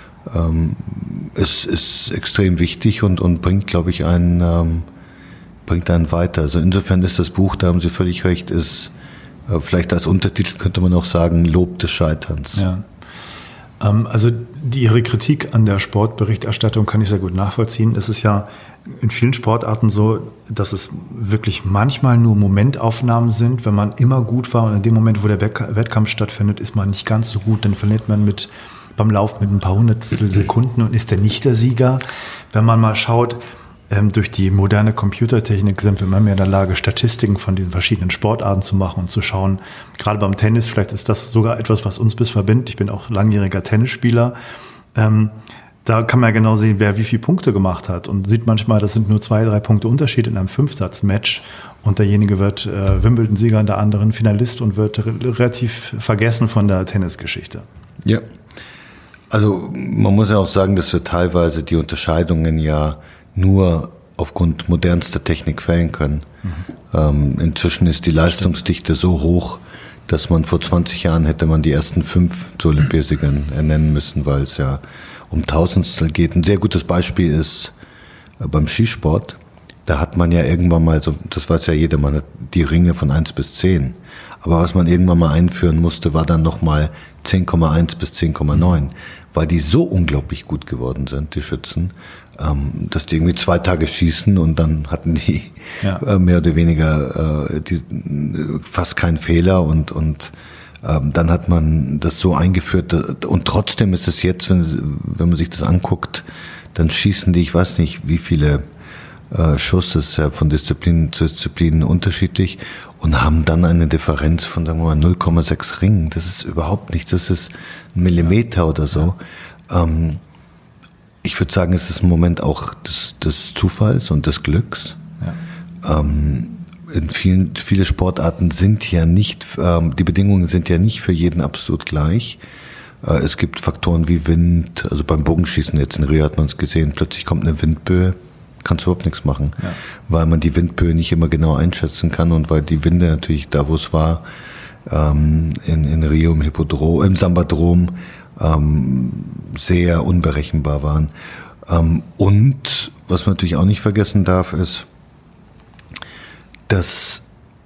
es ist extrem wichtig und bringt, glaube ich, einen weiter. Also insofern ist das Buch, da haben Sie völlig recht, ist vielleicht als Untertitel könnte man auch sagen, Lob des Scheiterns. Ja. Also Ihre Kritik an der Sportberichterstattung kann ich sehr gut nachvollziehen. Es ist ja in vielen Sportarten so, dass es wirklich manchmal nur Momentaufnahmen sind. Wenn man immer gut war und in dem Moment, wo der Wettkampf stattfindet, ist man nicht ganz so gut, dann verliert man beim Lauf mit ein paar Hundertstel Sekunden und ist dann nicht der Sieger. Wenn man mal schaut, durch die moderne Computertechnik sind wir immer mehr in der Lage, Statistiken von den verschiedenen Sportarten zu machen und zu schauen. Gerade beim Tennis, vielleicht ist das sogar etwas, was uns bis verbindet. Ich bin auch langjähriger Tennisspieler. Da kann man ja genau sehen, wer wie viele Punkte gemacht hat. Und sieht manchmal, das sind nur 2-3 Punkte Unterschied in einem Fünfsatz-Match. Und derjenige wird Wimbledon-Sieger und der anderen Finalist und wird relativ vergessen von der Tennisgeschichte. Ja. Also man muss ja auch sagen, dass wir teilweise die Unterscheidungen ja nur aufgrund modernster Technik fällen können. Inzwischen ist die Leistungsdichte so hoch, dass man vor 20 Jahren hätte man die ersten 5 zu Olympiasiegern ernennen müssen, weil es ja um Tausendstel geht. Ein sehr gutes Beispiel ist beim Skisport. Da hat man ja irgendwann mal, so, das weiß ja jeder, man hat die Ringe von 1 bis 10. Aber was man irgendwann mal einführen musste, war dann nochmal 10,1 bis 10,9, weil die so unglaublich gut geworden sind, die Schützen, dass die irgendwie 2 Tage schießen und dann hatten die mehr oder weniger fast keinen Fehler und dann hat man das so eingeführt und trotzdem ist es jetzt, wenn man sich das anguckt, dann schießen die, ich weiß nicht wie viele Schuss, das ist ja von Disziplin zu Disziplin unterschiedlich und haben dann eine Differenz von, sagen wir mal, 0,6 Ringen. Das ist überhaupt nichts, das ist ein Millimeter oder so. Ich würde sagen, es ist ein Moment auch des Zufalls und des Glücks. Ja. Viele Sportarten sind ja nicht, die Bedingungen sind ja nicht für jeden absolut gleich. Es gibt Faktoren wie Wind, also beim Bogenschießen jetzt in Rio hat man es gesehen, plötzlich kommt eine Windböe, kannst du überhaupt nichts machen, weil man die Windböe nicht immer genau einschätzen kann und weil die Winde natürlich da, wo es war, in Rio im Sambadrom, sehr unberechenbar waren. Und was man natürlich auch nicht vergessen darf, ist, dass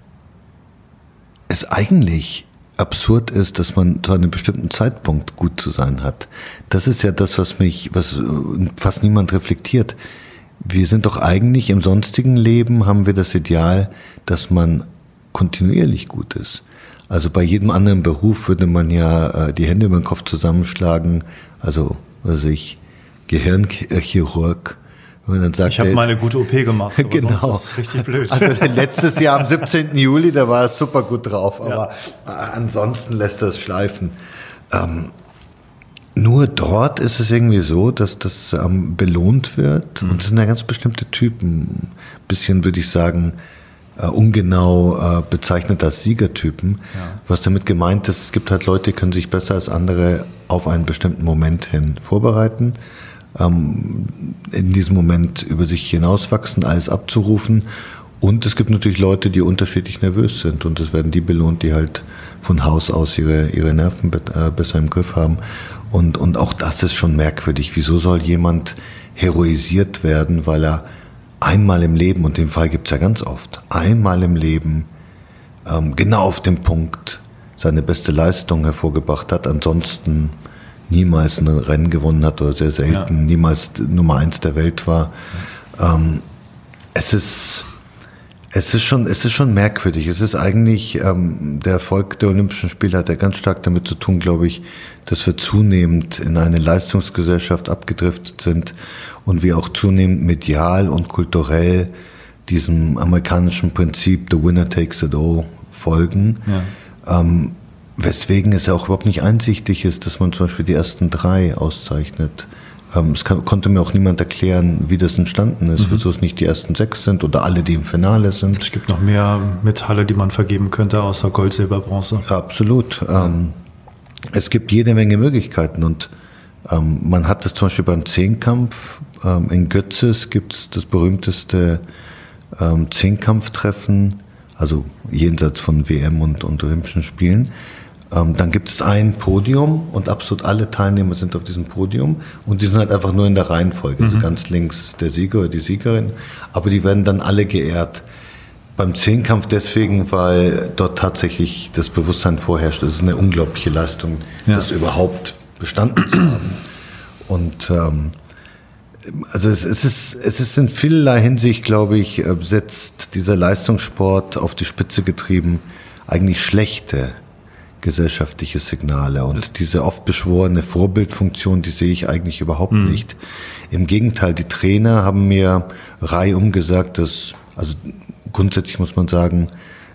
es eigentlich absurd ist, dass man zu einem bestimmten Zeitpunkt gut zu sein hat. Das ist ja das, was fast niemand reflektiert. Wir sind doch eigentlich im sonstigen Leben, haben wir das Ideal, dass man kontinuierlich gut ist. Also bei jedem anderen Beruf würde man ja die Hände über den Kopf zusammenschlagen, also Gehirnchirurg. Wenn man dann sagt, ich habe mal eine gute OP gemacht, aber genau. Sonst ist es richtig blöd. Also letztes Jahr am 17. Juli, da war es super gut drauf, aber ansonsten lässt das schleifen. Nur dort ist es irgendwie so, dass das belohnt wird und das sind ja ganz bestimmte Typen. Ein bisschen, würde ich sagen, ungenau bezeichnet als Siegertypen. Ja. Was damit gemeint ist, es gibt halt Leute, die können sich besser als andere auf einen bestimmten Moment hin vorbereiten, in diesem Moment über sich hinauswachsen, alles abzurufen. Und es gibt natürlich Leute, die unterschiedlich nervös sind und es werden die belohnt, die halt von Haus aus ihre Nerven besser im Griff haben. Und auch das ist schon merkwürdig. Wieso soll jemand heroisiert werden, weil er einmal im Leben, und den Fall gibt es ja ganz oft, einmal im Leben genau auf dem Punkt seine beste Leistung hervorgebracht hat, ansonsten niemals ein Rennen gewonnen hat oder sehr selten, niemals Nummer 1 der Welt war. Es ist schon merkwürdig. Es ist eigentlich, der Erfolg der Olympischen Spiele hat ja ganz stark damit zu tun, glaube ich, dass wir zunehmend in eine Leistungsgesellschaft abgedriftet sind und wir auch zunehmend medial und kulturell diesem amerikanischen Prinzip The Winner Takes It All folgen. Ja. Weswegen es ja auch überhaupt nicht einsichtig ist, dass man zum Beispiel die ersten 3 auszeichnet. Es konnte mir auch niemand erklären, wie das entstanden ist, wieso es nicht die ersten 6 sind oder alle, die im Finale sind. Es gibt noch mehr Metalle, die man vergeben könnte, außer Gold, Silber, Bronze. Ja, absolut. Es gibt jede Menge Möglichkeiten und man hat das zum Beispiel beim Zehnkampf. In Götzes gibt es das berühmteste Zehnkampftreffen, also jenseits von WM und Olympischen Spielen. Dann gibt es ein Podium und absolut alle Teilnehmer sind auf diesem Podium und die sind halt einfach nur in der Reihenfolge, also ganz links der Sieger oder die Siegerin, aber die werden dann alle geehrt. Beim Zehnkampf deswegen, weil dort tatsächlich das Bewusstsein vorherrscht, das ist eine unglaubliche Leistung, das überhaupt bestanden zu haben. Und also es ist in vielerlei Hinsicht, glaube ich, setzt dieser Leistungssport auf die Spitze getrieben eigentlich schlechte gesellschaftliche Signale. Und diese oft beschworene Vorbildfunktion, die sehe ich eigentlich überhaupt nicht. Im Gegenteil, die Trainer haben mir reihum gesagt, dass, also grundsätzlich muss man sagen,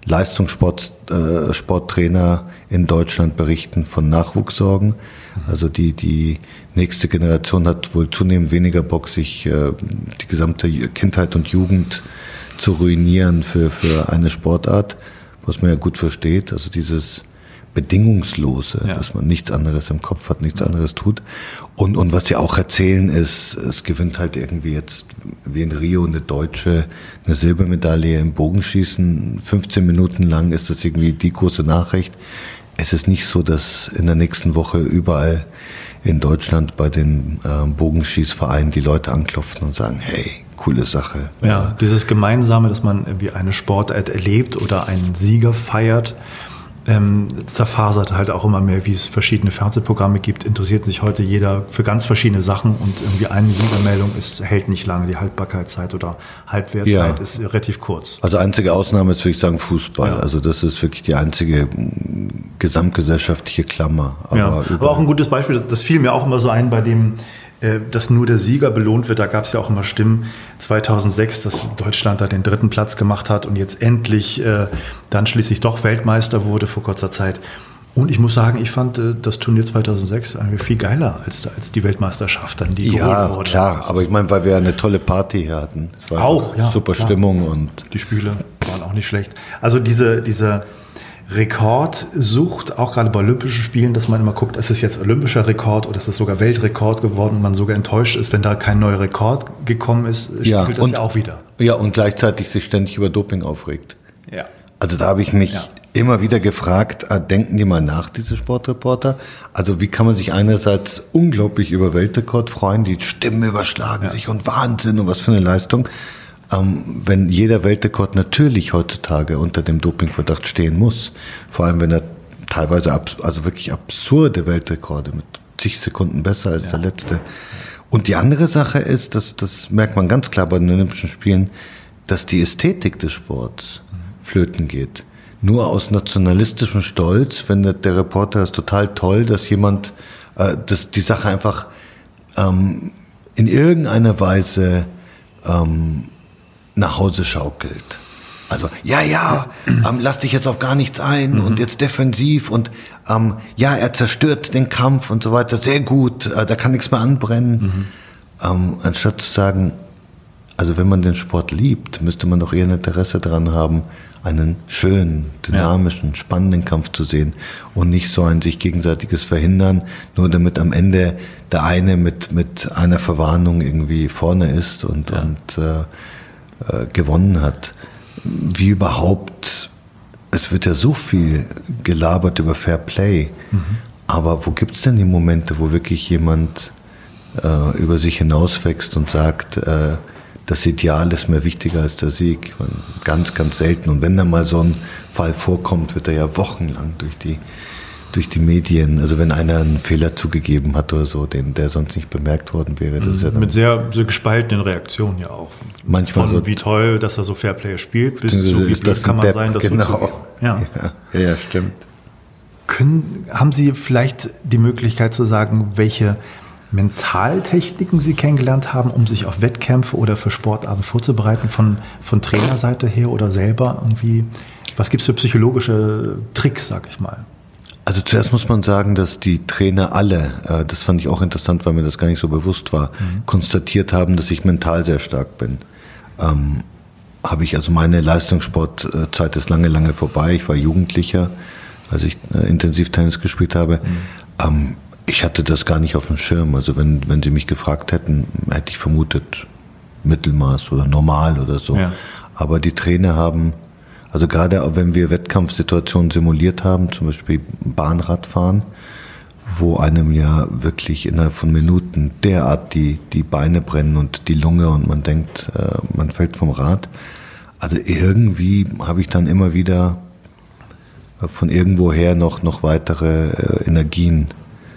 Leistungssporttrainer in Deutschland berichten von Nachwuchssorgen. Also die nächste Generation hat wohl zunehmend weniger Bock, sich die gesamte Kindheit und Jugend zu ruinieren für eine Sportart, was man ja gut versteht. Also dieses Bedingungslose, dass man nichts anderes im Kopf hat, nichts anderes tut. Und was sie auch erzählen ist, es gewinnt halt irgendwie jetzt wie in Rio eine Silbermedaille im Bogenschießen. 15 Minuten lang ist das irgendwie die große Nachricht. Es ist nicht so, dass in der nächsten Woche überall in Deutschland bei den Bogenschießvereinen die Leute anklopfen und sagen, hey, coole Sache. Ja, dieses Gemeinsame, dass man irgendwie eine Sportart erlebt oder einen Sieger feiert, zerfasert halt auch immer mehr, wie es verschiedene Fernsehprogramme gibt, interessiert sich heute jeder für ganz verschiedene Sachen und irgendwie eine Siegermeldung hält nicht lange, die Haltbarkeitszeit oder Halbwertzeit ist relativ kurz. Also einzige Ausnahme ist, würde ich sagen, Fußball. Ja. Also das ist wirklich die einzige gesamtgesellschaftliche Klammer. Aber auch ein gutes Beispiel, das fiel mir auch immer so ein bei dem, dass nur der Sieger belohnt wird. Da gab es ja auch immer Stimmen 2006, dass Deutschland da den 3. Platz gemacht hat und jetzt endlich dann schließlich doch Weltmeister wurde vor kurzer Zeit. Und ich muss sagen, ich fand das Turnier 2006 viel geiler als die Weltmeisterschaft, dann die geholt wurde. Ja, klar, aber ich meine, weil wir eine tolle Party hier hatten. Es war auch, ja, super klar. Stimmung und die Spiele waren auch nicht schlecht. Also diese Rekordsucht, auch gerade bei Olympischen Spielen, dass man immer guckt, ist es jetzt olympischer Rekord oder ist es sogar Weltrekord geworden und man sogar enttäuscht ist, wenn da kein neuer Rekord gekommen ist, spielt das ja auch wieder. Ja, und gleichzeitig sich ständig über Doping aufregt. Ja. Also da habe ich mich immer wieder gefragt, denken die mal nach, diese Sportreporter? Also wie kann man sich einerseits unglaublich über Weltrekord freuen, die Stimmen überschlagen sich und Wahnsinn und was für eine Leistung, wenn jeder Weltrekord natürlich heutzutage unter dem Dopingverdacht stehen muss, vor allem wenn er teilweise wirklich absurde Weltrekorde mit zig Sekunden besser als der letzte. Und die andere Sache ist, das merkt man ganz klar bei den Olympischen Spielen, dass die Ästhetik des Sports flöten geht. Nur aus nationalistischem Stolz, wenn der Reporter ist total toll, dass jemand die Sache einfach in irgendeiner Weise nach Hause schaukelt. Also, lass dich jetzt auf gar nichts ein und jetzt defensiv und er zerstört den Kampf und so weiter, sehr gut, da kann nichts mehr anbrennen. Anstatt zu sagen, also wenn man den Sport liebt, müsste man doch eher ein Interesse daran haben, einen schönen, dynamischen, spannenden Kampf zu sehen und nicht so ein sich gegenseitiges Verhindern, nur damit am Ende der eine mit einer Verwarnung irgendwie vorne ist und gewonnen hat. Wie überhaupt, es wird ja so viel gelabert über Fair Play, aber wo gibt es denn die Momente, wo wirklich jemand über sich hinauswächst und sagt, das Ideal ist mir wichtiger als der Sieg? Ganz, ganz selten. Und wenn da mal so ein Fall vorkommt, wird er ja wochenlang durch die Medien, also wenn einer einen Fehler zugegeben hat oder so, der sonst nicht bemerkt worden wäre. Das ist ja dann mit sehr gespaltenen Reaktionen ja auch. Manchmal von wie toll, dass er so Fairplay spielt, bis zu wie blöd kann man sein, das so zu ja, stimmt. Haben Sie vielleicht die Möglichkeit zu sagen, welche Mentaltechniken Sie kennengelernt haben, um sich auf Wettkämpfe oder für Sportarten vorzubereiten, von Trainerseite her oder selber irgendwie? Was gibt es für psychologische Tricks, sag ich mal? Also zuerst muss man sagen, dass die Trainer alle, das fand ich auch interessant, weil mir das gar nicht so bewusst war, konstatiert haben, dass ich mental sehr stark bin. Also meine Leistungssportzeit ist lange, lange vorbei. Ich war Jugendlicher, als ich Intensivtennis gespielt habe. Ich hatte das gar nicht auf dem Schirm. Also wenn Sie mich gefragt hätten, hätte ich vermutet Mittelmaß oder normal oder so. Ja. Aber die Trainer haben, also gerade wenn wir Wettkampfsituationen simuliert haben, zum Beispiel Bahnradfahren, wo einem ja wirklich innerhalb von Minuten derart die Beine brennen und die Lunge und man denkt, man fällt vom Rad. Also irgendwie habe ich dann immer wieder von irgendwoher noch weitere Energien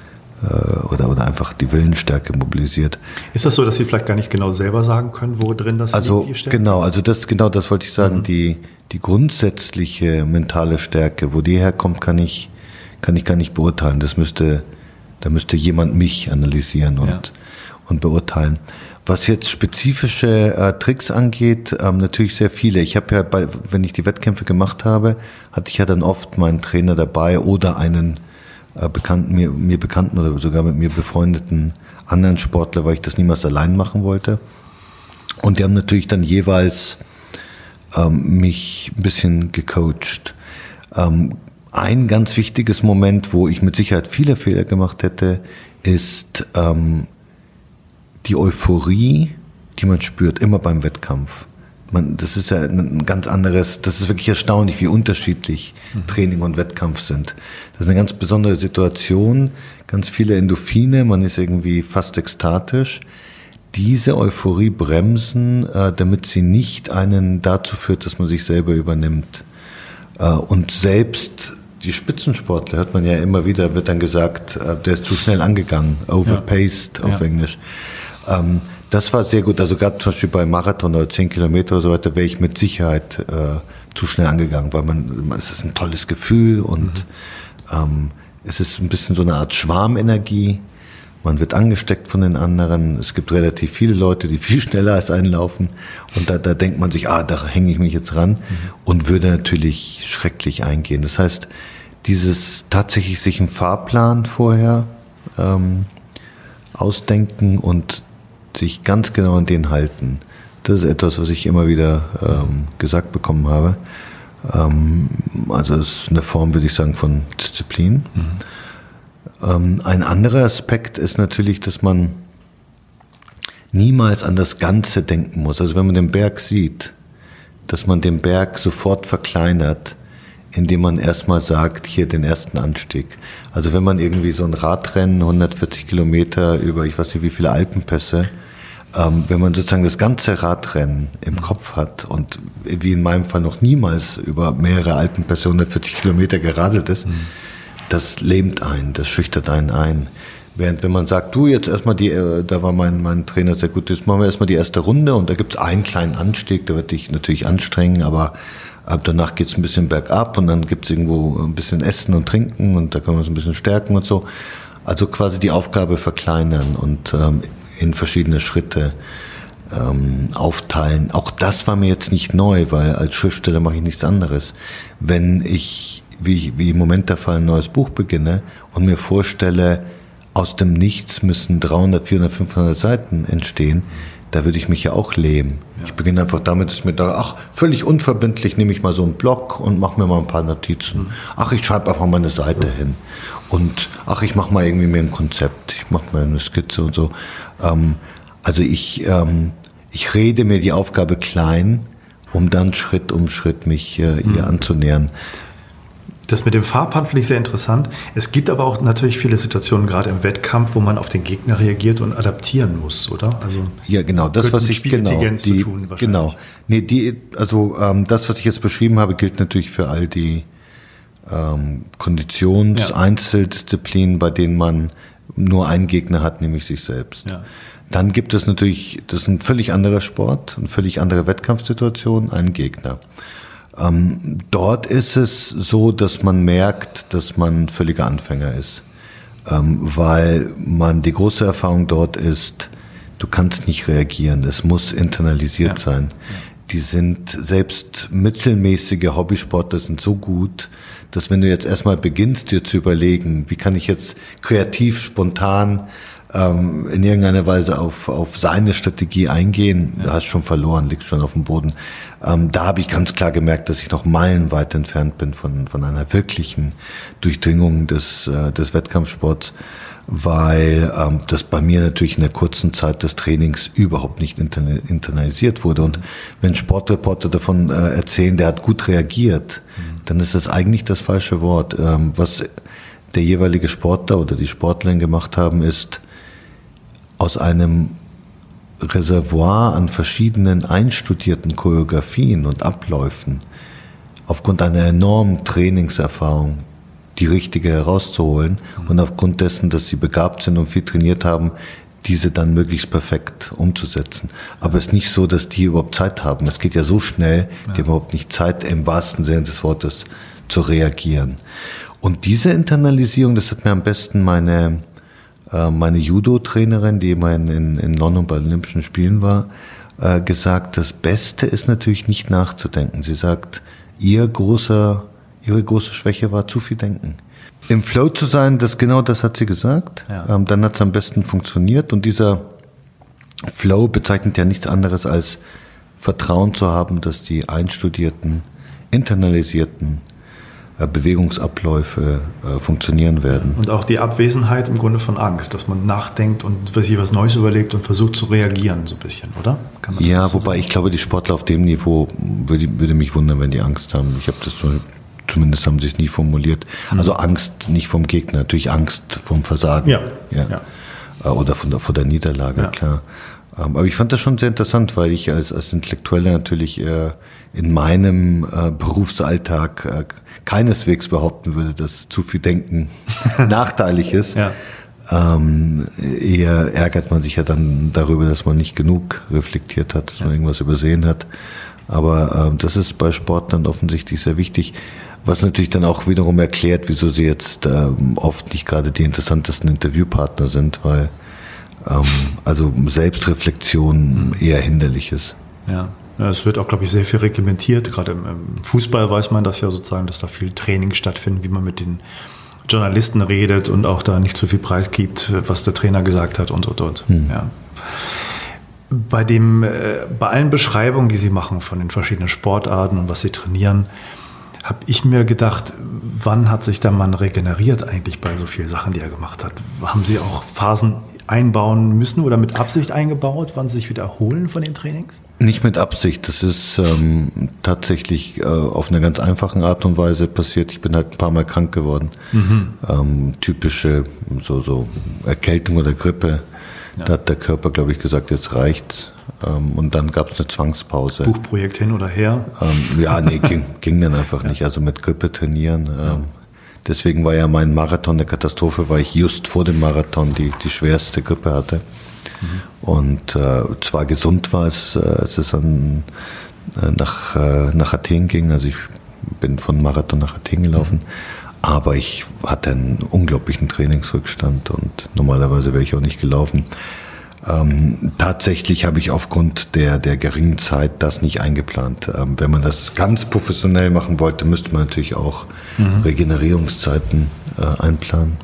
oder einfach die Willensstärke mobilisiert. Ist das so, dass Sie vielleicht gar nicht genau selber sagen können, wo drin das liegt, die Stärke? Genau das wollte ich sagen. Die grundsätzliche mentale Stärke, wo die herkommt, kann ich gar nicht beurteilen. Da müsste jemand mich analysieren und beurteilen. Was jetzt spezifische Tricks angeht, natürlich sehr viele. Ich habe ja, wenn ich die Wettkämpfe gemacht habe, hatte ich ja dann oft meinen Trainer dabei oder einen mir bekannten oder sogar mit mir befreundeten anderen Sportler, weil ich das niemals allein machen wollte. Und die haben natürlich dann jeweils mich ein bisschen gecoacht. Ein ganz wichtiges Moment, wo ich mit Sicherheit viele Fehler gemacht hätte, ist die Euphorie, die man spürt, immer beim Wettkampf. Das ist ja ein ganz anderes, das ist wirklich erstaunlich, wie unterschiedlich Training und Wettkampf sind. Das ist eine ganz besondere Situation, ganz viele Endorphine, man ist irgendwie fast ekstatisch. Diese Euphorie bremsen, damit sie nicht einen dazu führt, dass man sich selber übernimmt. Und selbst die Spitzensportler, hört man ja immer wieder, wird dann gesagt, der ist zu schnell angegangen, overpaced auf Englisch. Das war sehr gut, also gerade zum Beispiel bei Marathon oder 10 Kilometer oder so weiter, wäre ich mit Sicherheit zu schnell angegangen, weil es ist ein tolles Gefühl und es ist ein bisschen so eine Art Schwarmenergie. Man wird angesteckt von den anderen. Es gibt relativ viele Leute, die viel schneller als einen laufen. Und da denkt man sich, da hänge ich mich jetzt ran und würde natürlich schrecklich eingehen. Das heißt, dieses tatsächlich sich einen Fahrplan vorher ausdenken und sich ganz genau an den halten. Das ist etwas, was ich immer wieder gesagt bekommen habe. Also es ist eine Form, würde ich sagen, von Disziplin. Ein anderer Aspekt ist natürlich, dass man niemals an das Ganze denken muss. Also wenn man den Berg sieht, dass man den Berg sofort verkleinert, indem man erstmal sagt, hier den ersten Anstieg. Also wenn man irgendwie so ein Radrennen, 140 Kilometer über ich weiß nicht wie viele Alpenpässe, wenn man sozusagen das ganze Radrennen im Kopf hat und wie in meinem Fall noch niemals über mehrere Alpenpässe 140 Kilometer geradelt ist, das lähmt einen, das schüchtert einen ein. Während wenn man sagt, du jetzt erstmal da war mein Trainer sehr gut, jetzt machen wir erstmal die erste Runde und da gibt es einen kleinen Anstieg, da wird dich natürlich anstrengen, aber danach geht es ein bisschen bergab und dann gibt es irgendwo ein bisschen Essen und Trinken und da kann man es ein bisschen stärken und so. Also quasi die Aufgabe verkleinern und in verschiedene Schritte aufteilen. Auch das war mir jetzt nicht neu, weil als Schriftsteller mache ich nichts anderes. Wenn ich, wie im Moment der Fall, ein neues Buch beginne und mir vorstelle, aus dem Nichts müssen 300, 400, 500 Seiten entstehen, da würde ich mich ja auch lähmen. Ja. Ich beginne einfach damit, dass ich mir da, völlig unverbindlich nehme ich mal so einen Block und mache mir mal ein paar Notizen. Ich schreibe einfach mal eine Seite hin. Und ich mache mal irgendwie mir ein Konzept, ich mache mal eine Skizze und so. Also ich rede mir die Aufgabe klein, um dann Schritt um Schritt mich ihr anzunähern. Das mit dem Fahrplan finde ich sehr interessant. Es gibt aber auch natürlich viele Situationen, gerade im Wettkampf, wo man auf den Gegner reagiert und adaptieren muss, oder? Also ja, genau. Das, was ich zu tun, genau. Nee, das, was ich jetzt beschrieben habe, gilt natürlich für all die Einzeldisziplinen, bei denen man nur einen Gegner hat, nämlich sich selbst. Ja. Dann gibt es natürlich, das ist ein völlig anderer Sport, eine völlig andere Wettkampfsituation, einen Gegner. Dort ist es so, dass man merkt, dass man völliger Anfänger ist, weil die große Erfahrung dort ist, du kannst nicht reagieren, es muss internalisiert sein. Die sind, selbst mittelmäßige Hobbysportler sind so gut, dass wenn du jetzt erstmal beginnst, dir zu überlegen, wie kann ich jetzt kreativ, spontan in irgendeiner Weise auf seine Strategie eingehen, du hast schon verloren, liegst schon auf dem Boden. Da habe ich ganz klar gemerkt, dass ich noch meilenweit entfernt bin von einer wirklichen Durchdringung des Wettkampfsports, weil das bei mir natürlich in der kurzen Zeit des Trainings überhaupt nicht internalisiert wurde. Und wenn Sportreporter davon erzählen, der hat gut reagiert, dann ist das eigentlich das falsche Wort. Was der jeweilige Sportler oder die Sportlerin gemacht haben, ist aus einem Reservoir an verschiedenen einstudierten Choreografien und Abläufen aufgrund einer enormen Trainingserfahrung die richtige herauszuholen und aufgrund dessen, dass sie begabt sind und viel trainiert haben, diese dann möglichst perfekt umzusetzen. Aber es ist nicht so, dass die überhaupt Zeit haben. Es geht ja so schnell, die haben überhaupt nicht Zeit, im wahrsten Sinne des Wortes zu reagieren. Und diese Internalisierung, das hat mir am besten meine Judo-Trainerin, die immer in London bei Olympischen Spielen war, gesagt, das Beste ist natürlich nicht nachzudenken. Sie sagt, ihre große Schwäche war zu viel Denken. Im Flow zu sein, das hat sie gesagt. Ja. Dann hat es am besten funktioniert. Und dieser Flow bezeichnet ja nichts anderes als Vertrauen zu haben, dass die einstudierten, internalisierten Bewegungsabläufe funktionieren werden. Und auch die Abwesenheit im Grunde von Angst, dass man nachdenkt und sich was Neues überlegt und versucht zu reagieren, so ein bisschen, oder? Kann man ja, wobei ich glaube, die Sportler auf dem Niveau würde mich wundern, wenn die Angst haben. Ich habe das zumindest haben sie es nie formuliert. Also Angst nicht vom Gegner, natürlich Angst vom Versagen. Ja. Oder vor der Niederlage, klar. Aber ich fand das schon sehr interessant, weil ich als Intellektueller natürlich in meinem Berufsalltag keineswegs behaupten würde, dass zu viel Denken nachteilig ist. Ja. Eher ärgert man sich ja dann darüber, dass man nicht genug reflektiert hat, dass man irgendwas übersehen hat. Aber das ist bei Sportlern offensichtlich sehr wichtig, was natürlich dann auch wiederum erklärt, wieso sie jetzt oft nicht gerade die interessantesten Interviewpartner sind, weil also Selbstreflexion eher hinderlich ist. Ja, es wird auch, glaube ich, sehr viel reglementiert. Gerade im Fußball weiß man das ja sozusagen, dass da viel Training stattfindet, wie man mit den Journalisten redet und auch da nicht so viel Preis gibt, was der Trainer gesagt hat und. Ja. Bei allen Beschreibungen, die Sie machen von den verschiedenen Sportarten und was Sie trainieren, habe ich mir gedacht, wann hat sich der Mann regeneriert eigentlich bei so vielen Sachen, die er gemacht hat? Haben Sie auch Phasen einbauen müssen oder mit Absicht eingebaut, wann Sie sich wieder erholen von den Trainings? Nicht mit Absicht, das ist tatsächlich auf eine ganz einfache Art und Weise passiert. Ich bin halt ein paar Mal krank geworden. Typische so Erkältung oder Grippe. Ja. Da hat der Körper, glaube ich, gesagt, jetzt reicht's. Und dann gab es eine Zwangspause. Buchprojekt hin oder her? Ging dann einfach nicht. Also mit Grippe trainieren. Deswegen war ja mein Marathon eine Katastrophe, weil ich just vor dem Marathon die schwerste Grippe hatte. Und zwar gesund war es, als es dann nach Athen ging. Also ich bin von Marathon nach Athen gelaufen. Aber ich hatte einen unglaublichen Trainingsrückstand und normalerweise wäre ich auch nicht gelaufen. Tatsächlich habe ich aufgrund der geringen Zeit das nicht eingeplant. Wenn man das ganz professionell machen wollte, müsste man natürlich auch Regenerierungszeiten einplanen.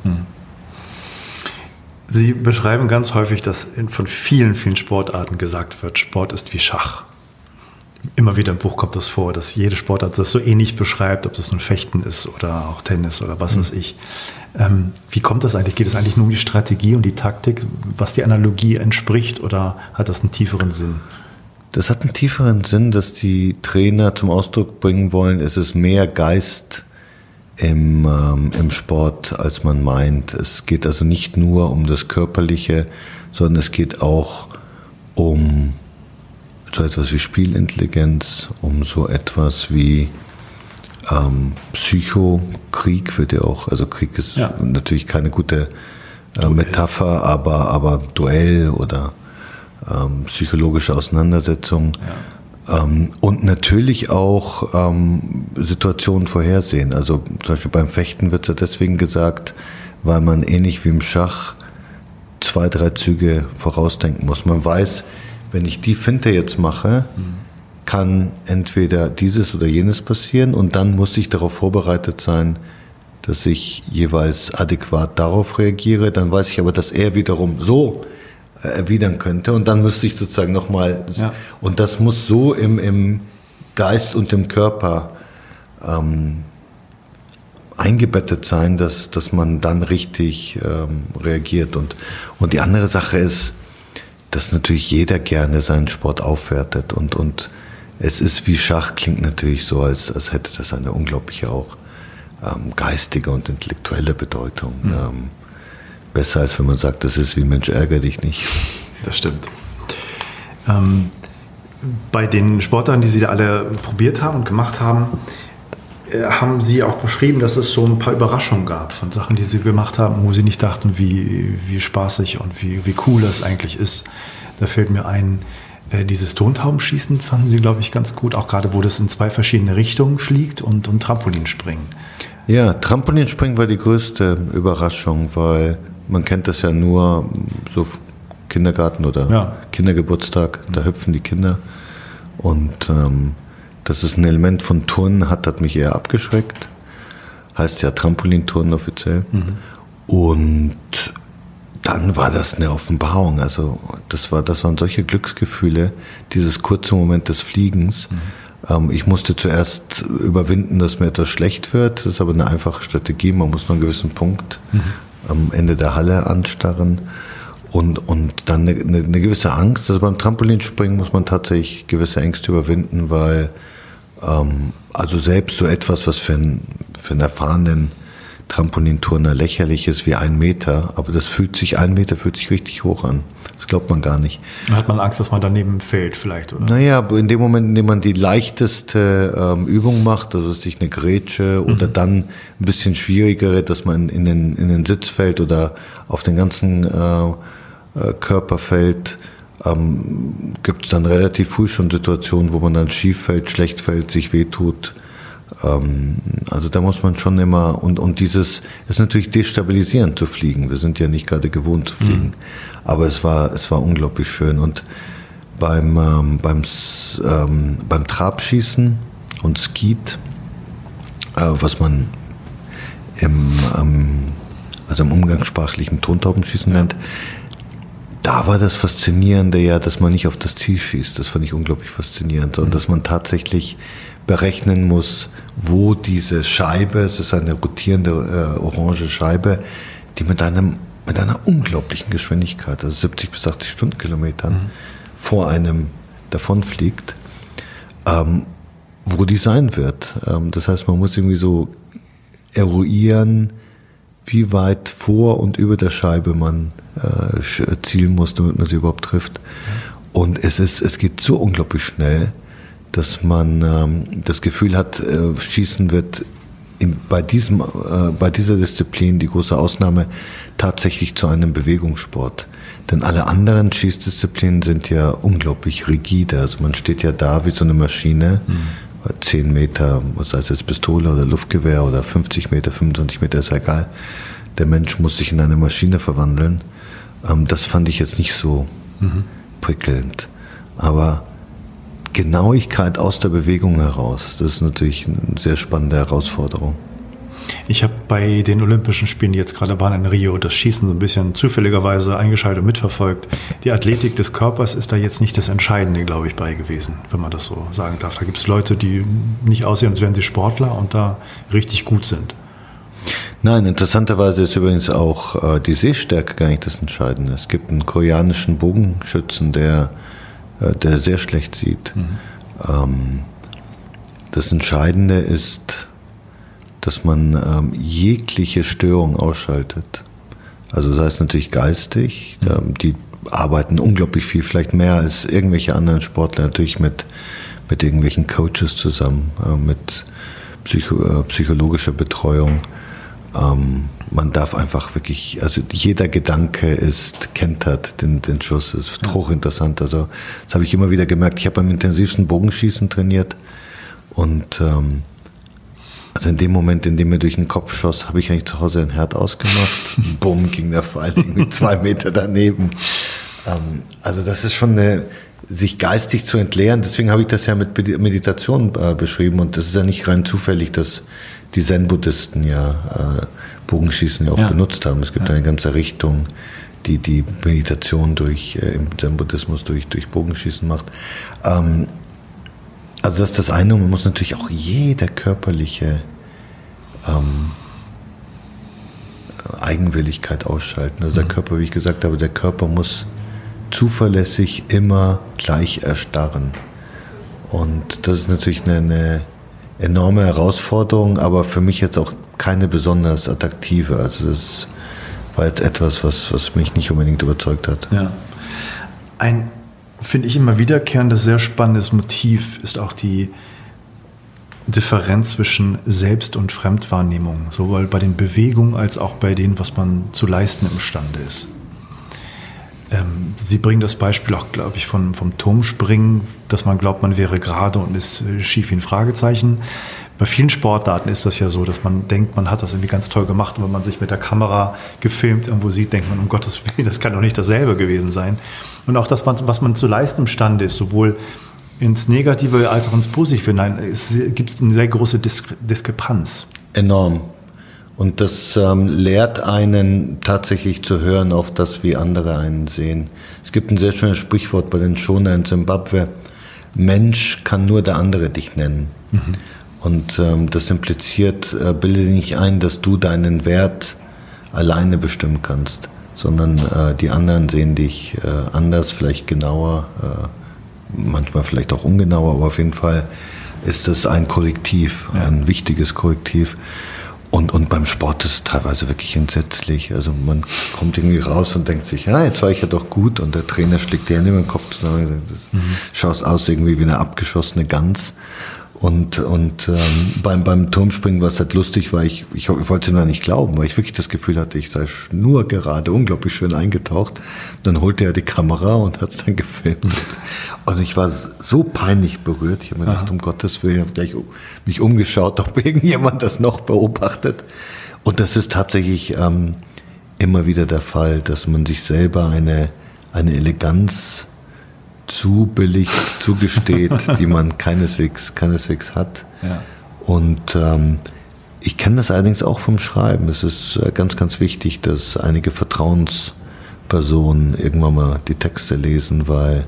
Sie beschreiben ganz häufig, dass von vielen, vielen Sportarten gesagt wird, Sport ist wie Schach. Immer wieder im Buch kommt das vor, dass jede Sportart das so ähnlich beschreibt, ob das nun Fechten ist oder auch Tennis oder was weiß ich. Wie kommt das eigentlich? Geht es eigentlich nur um die Strategie und die Taktik, was die Analogie entspricht, oder hat das einen tieferen Sinn? Das hat einen tieferen Sinn, dass die Trainer zum Ausdruck bringen wollen, es ist mehr Geist im Sport, als man meint. Es geht also nicht nur um das Körperliche, sondern es geht auch um so etwas wie Spielintelligenz, um so etwas wie Psychokrieg wird ja auch, also Krieg ist natürlich keine gute Metapher, aber Duell oder psychologische Auseinandersetzung und natürlich auch Situationen vorhersehen. Also zum Beispiel beim Fechten wird es ja deswegen gesagt, weil man ähnlich wie im Schach 2, 3 Züge vorausdenken muss. Man weiß, wenn ich die Finte jetzt mache, kann entweder dieses oder jenes passieren und dann muss ich darauf vorbereitet sein, dass ich jeweils adäquat darauf reagiere. Dann weiß ich aber, dass er wiederum so erwidern könnte und dann müsste ich sozusagen nochmal, und das muss so im Geist und im Körper eingebettet sein, dass man dann richtig reagiert. Und die andere Sache ist, dass natürlich jeder gerne seinen Sport aufwertet und es ist wie Schach, klingt natürlich so, als hätte das eine unglaubliche auch geistige und intellektuelle Bedeutung. Besser als wenn man sagt, das ist wie Mensch, ärgere dich nicht. Das stimmt. Bei den Sportarten, die Sie da alle probiert haben und gemacht haben, haben Sie auch beschrieben, dass es so ein paar Überraschungen gab von Sachen, die Sie gemacht haben, wo Sie nicht dachten, wie spaßig und wie cool das eigentlich ist. Da fällt mir ein, dieses Tontaubenschießen fanden Sie, glaube ich, ganz gut, auch gerade, wo das in 2 verschiedene Richtungen fliegt und Trampolinspringen. Ja, Trampolinspringen war die größte Überraschung, weil man kennt das ja nur so Kindergarten oder Kindergeburtstag, da hüpfen die Kinder und dass es ein Element von Turnen hat mich eher abgeschreckt. Heißt ja Trampolinturnen offiziell. Und dann war das eine Offenbarung. Also das waren solche Glücksgefühle, dieses kurze Moment des Fliegens. Ich musste zuerst überwinden, dass mir etwas schlecht wird. Das ist aber eine einfache Strategie. Man muss nur einen gewissen Punkt am Ende der Halle anstarren. Und dann eine gewisse Angst. Also beim Trampolinspringen muss man tatsächlich gewisse Ängste überwinden, weil also selbst so etwas, was für einen erfahrenen Trampolinturner lächerlich ist wie 1 Meter, aber 1 Meter fühlt sich richtig hoch an. Das glaubt man gar nicht. Dann hat man Angst, dass man daneben fällt vielleicht, oder? Naja, in dem Moment, in dem man die leichteste Übung macht, also sich eine Grätsche oder dann ein bisschen schwierigere, dass man in den Sitz fällt oder auf den ganzen Körper fällt, gibt es dann relativ früh schon Situationen, wo man dann schief fällt, schlecht fällt, sich wehtut. Also da muss man schon immer, und dieses ist natürlich destabilisierend zu fliegen. Wir sind ja nicht gerade gewohnt zu fliegen. Aber es war unglaublich schön. Und beim Trabschießen und Skeet, was man im umgangssprachlichen Tontaubenschießen nennt, da war das Faszinierende ja, dass man nicht auf das Ziel schießt. Das fand ich unglaublich faszinierend, sondern dass man tatsächlich berechnen muss, wo diese Scheibe, es ist eine rotierende orange Scheibe, die mit einer unglaublichen Geschwindigkeit, also 70 bis 80 Stundenkilometern vor einem davonfliegt, wo die sein wird. Das heißt, man muss irgendwie so eruieren, wie weit vor und über der Scheibe man zielen muss, damit man sie überhaupt trifft. Und es geht so unglaublich schnell, dass man das Gefühl hat, Schießen wird bei dieser Disziplin, die große Ausnahme, tatsächlich zu einem Bewegungssport. Denn alle anderen Schießdisziplinen sind ja unglaublich rigide. Also man steht ja da wie so eine Maschine, 10 Meter, sei es jetzt Pistole oder Luftgewehr oder 50 Meter, 25 Meter, ist ja egal. Der Mensch muss sich in eine Maschine verwandeln. Das fand ich jetzt nicht so prickelnd. Aber Genauigkeit aus der Bewegung heraus, das ist natürlich eine sehr spannende Herausforderung. Ich habe bei den Olympischen Spielen, die jetzt gerade waren in Rio, das Schießen so ein bisschen zufälligerweise eingeschaltet und mitverfolgt. Die Athletik des Körpers ist da jetzt nicht das Entscheidende, glaube ich, bei gewesen, wenn man das so sagen darf. Da gibt es Leute, die nicht aussehen, als wären sie Sportler und da richtig gut sind. Nein, interessanterweise ist übrigens auch die Sehstärke gar nicht das Entscheidende. Es gibt einen koreanischen Bogenschützen, der sehr schlecht sieht. Das Entscheidende ist, dass man jegliche Störung ausschaltet. Also das heißt natürlich geistig, die arbeiten unglaublich viel, vielleicht mehr als irgendwelche anderen Sportler, natürlich mit irgendwelchen Coaches zusammen, mit psychologischer Betreuung. Man darf einfach wirklich, also jeder Gedanke kentert den Schuss, ist hochinteressant. Also das habe ich immer wieder gemerkt. Ich habe am intensivsten Bogenschießen trainiert und also in dem Moment, in dem mir durch den Kopf schoss, habe ich eigentlich zu Hause ein Herd ausgemacht. Bumm, ging der Pfeil irgendwie 2 Meter daneben. Also das ist schon sich geistig zu entleeren. Deswegen habe ich das ja mit Meditation beschrieben. Und das ist ja nicht rein zufällig, dass die Zen-Buddhisten ja Bogenschießen ja auch benutzt haben. Es gibt eine ganze Richtung, die Meditation im Zen-Buddhismus durch Bogenschießen macht. Also das ist das eine, und man muss natürlich auch jede körperliche Eigenwilligkeit ausschalten. Also der Körper, wie ich gesagt habe, der Körper muss zuverlässig immer gleich erstarren. Und das ist natürlich eine enorme Herausforderung, aber für mich jetzt auch keine besonders attraktive. Also das war jetzt etwas, was mich nicht unbedingt überzeugt hat. Ja. Ein, finde ich, immer wiederkehrendes, sehr spannendes Motiv ist auch die Differenz zwischen Selbst- und Fremdwahrnehmung, sowohl bei den Bewegungen als auch bei dem, was man zu leisten imstande ist. Sie bringen das Beispiel auch, glaube ich, vom Turmspringen, dass man glaubt, man wäre gerade und ist schief wie ein Fragezeichen. Bei vielen Sportarten ist das ja so, dass man denkt, man hat das irgendwie ganz toll gemacht. Und wenn man sich mit der Kamera gefilmt irgendwo sieht, denkt man, um Gottes Willen, das kann doch nicht dasselbe gewesen sein. Und auch das, was man zu leisten imstande ist, sowohl ins Negative als auch ins Positive hinein, gibt es eine sehr große Diskrepanz. Enorm. Und das lehrt einen tatsächlich zu hören auf das, wie andere einen sehen. Es gibt ein sehr schönes Sprichwort bei den Shona in Simbabwe: Mensch kann nur der andere dich nennen. Mhm. Und das impliziert, bilde nicht ein, dass du deinen Wert alleine bestimmen kannst, sondern die anderen sehen dich anders, vielleicht genauer, manchmal vielleicht auch ungenauer, aber auf jeden Fall ist das ein Korrektiv, ein wichtiges Korrektiv. Und beim Sport ist es teilweise wirklich entsetzlich. Also man kommt irgendwie raus und denkt sich, ja, jetzt war ich ja doch gut, und der Trainer schlägt die Hände über den Kopf zusammen und sagt, schaust aus irgendwie wie eine abgeschossene Gans. Und beim Turmspringen war es halt lustig, weil ich wollte es noch nicht glauben, weil ich wirklich das Gefühl hatte, ich sei nur gerade unglaublich schön eingetaucht. Dann holte er die Kamera und hat es dann gefilmt. Und ich war so peinlich berührt. Ich habe mir gedacht, um Gottes Willen, ich habe gleich mich umgeschaut, ob irgendjemand das noch beobachtet. Und das ist tatsächlich immer wieder der Fall, dass man sich selber eine Eleganz zu billig zugesteht, die man keineswegs hat. Ja. Und ich kenne das allerdings auch vom Schreiben. Es ist ganz, ganz wichtig, dass einige Vertrauenspersonen irgendwann mal die Texte lesen, weil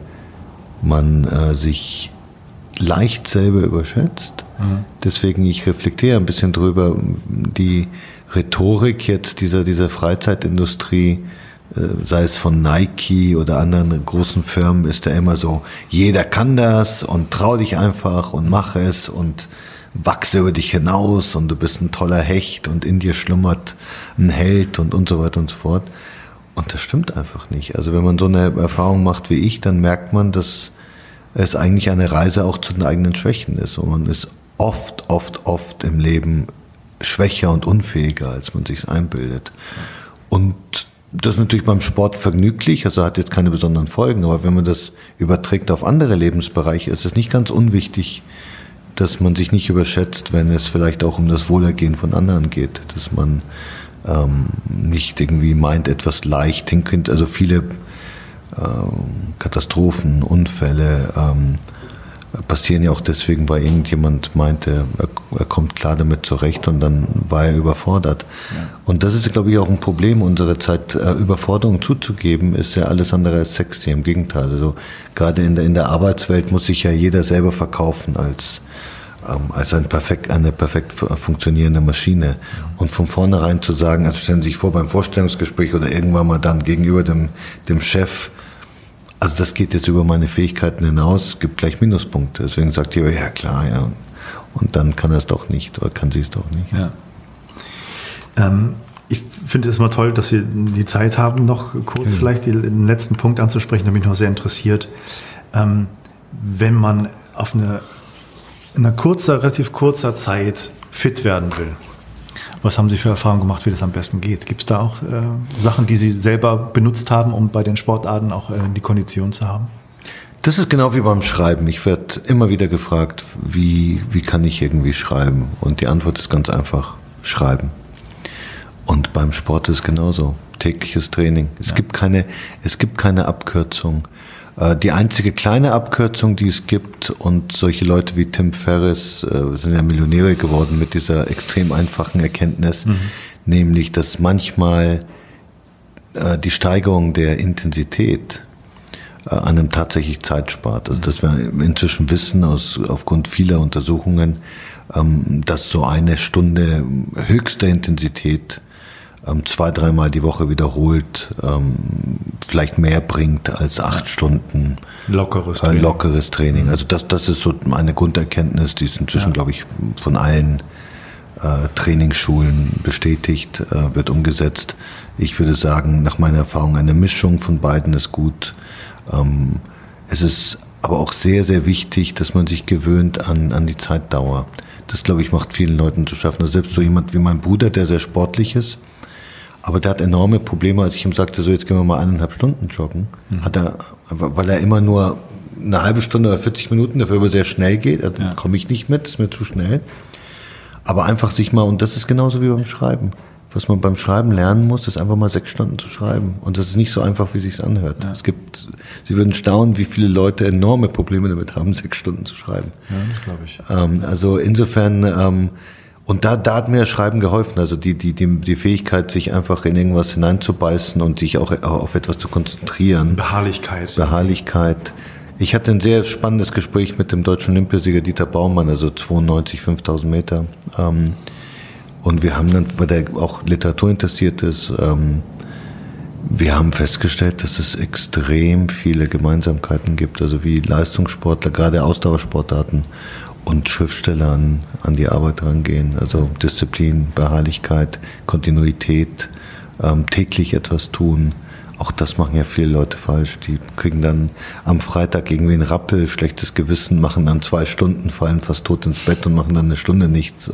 man sich leicht selber überschätzt. Mhm. Deswegen, ich reflektiere ein bisschen drüber, die Rhetorik jetzt dieser Freizeitindustrie, sei es von Nike oder anderen großen Firmen, ist ja immer so, jeder kann das und trau dich einfach und mach es und wachse über dich hinaus und du bist ein toller Hecht und in dir schlummert ein Held und so weiter und so fort. Und das stimmt einfach nicht. Also wenn man so eine Erfahrung macht wie ich, dann merkt man, dass es eigentlich eine Reise auch zu den eigenen Schwächen ist. Und man ist oft im Leben schwächer und unfähiger, als man sich einbildet. Und das ist natürlich beim Sport vergnüglich, also hat jetzt keine besonderen Folgen, aber wenn man das überträgt auf andere Lebensbereiche, ist es nicht ganz unwichtig, dass man sich nicht überschätzt, wenn es vielleicht auch um das Wohlergehen von anderen geht, dass man nicht irgendwie meint, etwas leicht hinkriegt, also viele Katastrophen, Unfälle passieren ja auch deswegen, weil irgendjemand meinte, er kommt klar damit zurecht und dann war er überfordert. Ja. Und das ist, glaube ich, auch ein Problem unserer Zeit. Überforderung zuzugeben, ist ja alles andere als sexy. Im Gegenteil. Also gerade in der Arbeitswelt muss sich ja jeder selber verkaufen als eine perfekt funktionierende Maschine. Und von vornherein zu sagen, also stellen Sie sich vor beim Vorstellungsgespräch oder irgendwann mal dann gegenüber dem Chef, also das geht jetzt über meine Fähigkeiten hinaus, gibt gleich Minuspunkte. Deswegen sagt ihr, ja klar, ja. Und dann kann er es doch nicht oder kann sie es doch nicht. Ja. Ich finde es immer toll, dass Sie die Zeit haben, noch kurz vielleicht den letzten Punkt anzusprechen, da bin ich noch sehr interessiert. Wenn man in einer relativ kurzer Zeit fit werden will, was haben Sie für Erfahrungen gemacht, wie das am besten geht? Gibt es da auch Sachen, die Sie selber benutzt haben, um bei den Sportarten auch die Kondition zu haben? Das ist genau wie beim Schreiben. Ich werde immer wieder gefragt, wie kann ich irgendwie schreiben? Und die Antwort ist ganz einfach, schreiben. Und beim Sport ist es genauso. Tägliches Training. Es gibt keine Abkürzung. Die einzige kleine Abkürzung, die es gibt, und solche Leute wie Tim Ferriss sind ja Millionäre geworden mit dieser extrem einfachen Erkenntnis, nämlich, dass manchmal die Steigerung der Intensität an einem tatsächlich Zeit spart. Also dass wir inzwischen wissen, aufgrund vieler Untersuchungen, dass so eine Stunde höchster Intensität 2-3 Mal die Woche wiederholt vielleicht mehr bringt als 8 Stunden lockeres Training. Also das ist so eine Grunderkenntnis, die ist inzwischen, glaube ich, von allen Trainingsschulen bestätigt, wird umgesetzt. Ich würde sagen, nach meiner Erfahrung, eine Mischung von beiden ist gut. Es ist aber auch sehr, sehr wichtig, dass man sich gewöhnt an die Zeitdauer. Das, glaube ich, macht vielen Leuten zu schaffen. Also selbst so jemand wie mein Bruder, der sehr sportlich ist, aber der hat enorme Probleme. Als ich ihm sagte, so jetzt gehen wir mal 1,5 Stunden joggen, hat er, weil er immer nur eine halbe Stunde oder 40 Minuten dafür aber sehr schnell geht, also komme ich nicht mit, ist mir zu schnell. Aber einfach sich mal, und das ist genauso wie beim Schreiben. Was man beim Schreiben lernen muss, ist einfach mal 6 Stunden zu schreiben. Und das ist nicht so einfach, wie es sich anhört. Ja. Sie würden staunen, wie viele Leute enorme Probleme damit haben, 6 Stunden zu schreiben. Ja, das glaube ich. Also insofern, und da hat mir das Schreiben geholfen. Also die Fähigkeit, sich einfach in irgendwas hineinzubeißen und sich auch auf etwas zu konzentrieren. Beharrlichkeit. Ich hatte ein sehr spannendes Gespräch mit dem deutschen Olympiasieger Dieter Baumann, also 92, 5000 Meter. Und wir haben dann, weil der auch Literatur interessiert ist, wir haben festgestellt, dass es extrem viele Gemeinsamkeiten gibt, also wie Leistungssportler, gerade Ausdauersportarten und Schriftsteller an die Arbeit rangehen. Also Disziplin, Beharrlichkeit, Kontinuität, täglich etwas tun. Auch das machen ja viele Leute falsch. Die kriegen dann am Freitag irgendwie einen Rappel, schlechtes Gewissen, machen dann 2 Stunden, fallen fast tot ins Bett und machen dann eine Stunde nichts.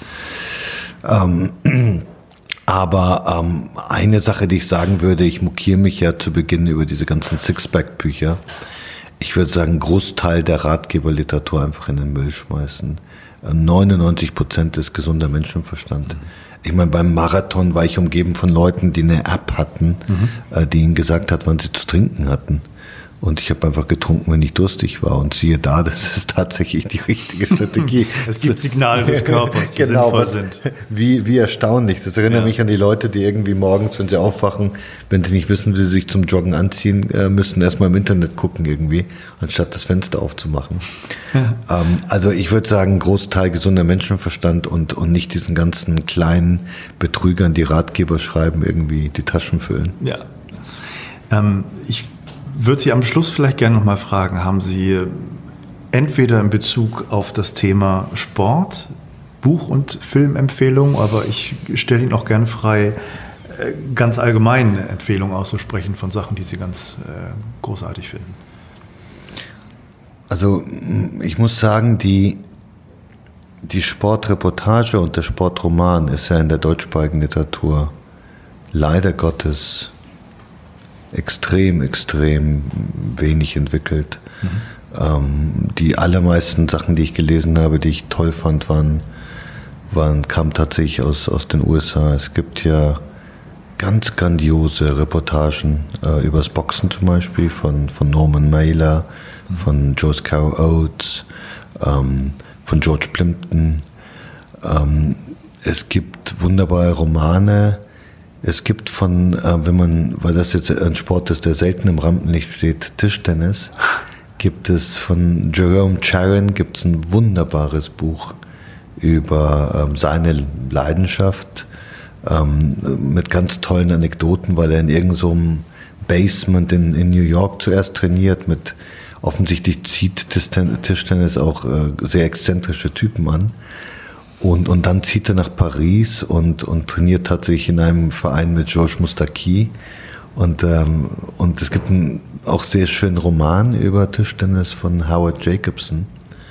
Aber eine Sache, die ich sagen würde, ich mokiere mich ja zu Beginn über diese ganzen Sixpack-Bücher. Ich würde sagen, einen Großteil der Ratgeberliteratur einfach in den Müll schmeißen. 99% ist gesunder Menschenverstand. Ich meine, beim Marathon war ich umgeben von Leuten, die eine App hatten, die ihnen gesagt hat, wann sie zu trinken hatten. Und ich habe einfach getrunken, wenn ich durstig war. Und siehe da, das ist tatsächlich die richtige Strategie. Es gibt Signale des Körpers, die sinnvoll sind. Wie erstaunlich. Das erinnert mich an die Leute, die irgendwie morgens, wenn sie aufwachen, wenn sie nicht wissen, wie sie sich zum Joggen anziehen müssen, erstmal im Internet gucken irgendwie, anstatt das Fenster aufzumachen. Also ich würde sagen, ein Großteil gesunder Menschenverstand und nicht diesen ganzen kleinen Betrügern, die Ratgeber schreiben, irgendwie die Taschen füllen. Ja. Ich würde Sie am Schluss vielleicht gerne noch mal fragen, haben Sie entweder in Bezug auf das Thema Sport, Buch- und Filmempfehlungen, aber ich stelle Ihnen auch gerne frei, ganz allgemein Empfehlungen auszusprechen von Sachen, die Sie ganz großartig finden. Also ich muss sagen, die Sportreportage und der Sportroman ist ja in der deutschsprachigen Literatur leider Gottes extrem wenig entwickelt. Die allermeisten Sachen, die ich gelesen habe, die ich toll fand, kamen tatsächlich aus den USA. Es gibt ja ganz grandiose Reportagen über das Boxen zum Beispiel von Norman Mailer, von Joyce Carol Oates, von George Plimpton. Es gibt wunderbare Romane. Es gibt weil das jetzt ein Sport ist, der selten im Rampenlicht steht, Tischtennis, gibt es von Jerome Charron ein wunderbares Buch über seine Leidenschaft mit ganz tollen Anekdoten, weil er in irgendeinem Basement in New York zuerst trainiert. Offensichtlich zieht Tischtennis auch sehr exzentrische Typen an. Und dann zieht er nach Paris und trainiert tatsächlich in einem Verein mit Georges Moustaki. Und es gibt einen auch sehr schönen Roman über Tischtennis von Howard Jacobson.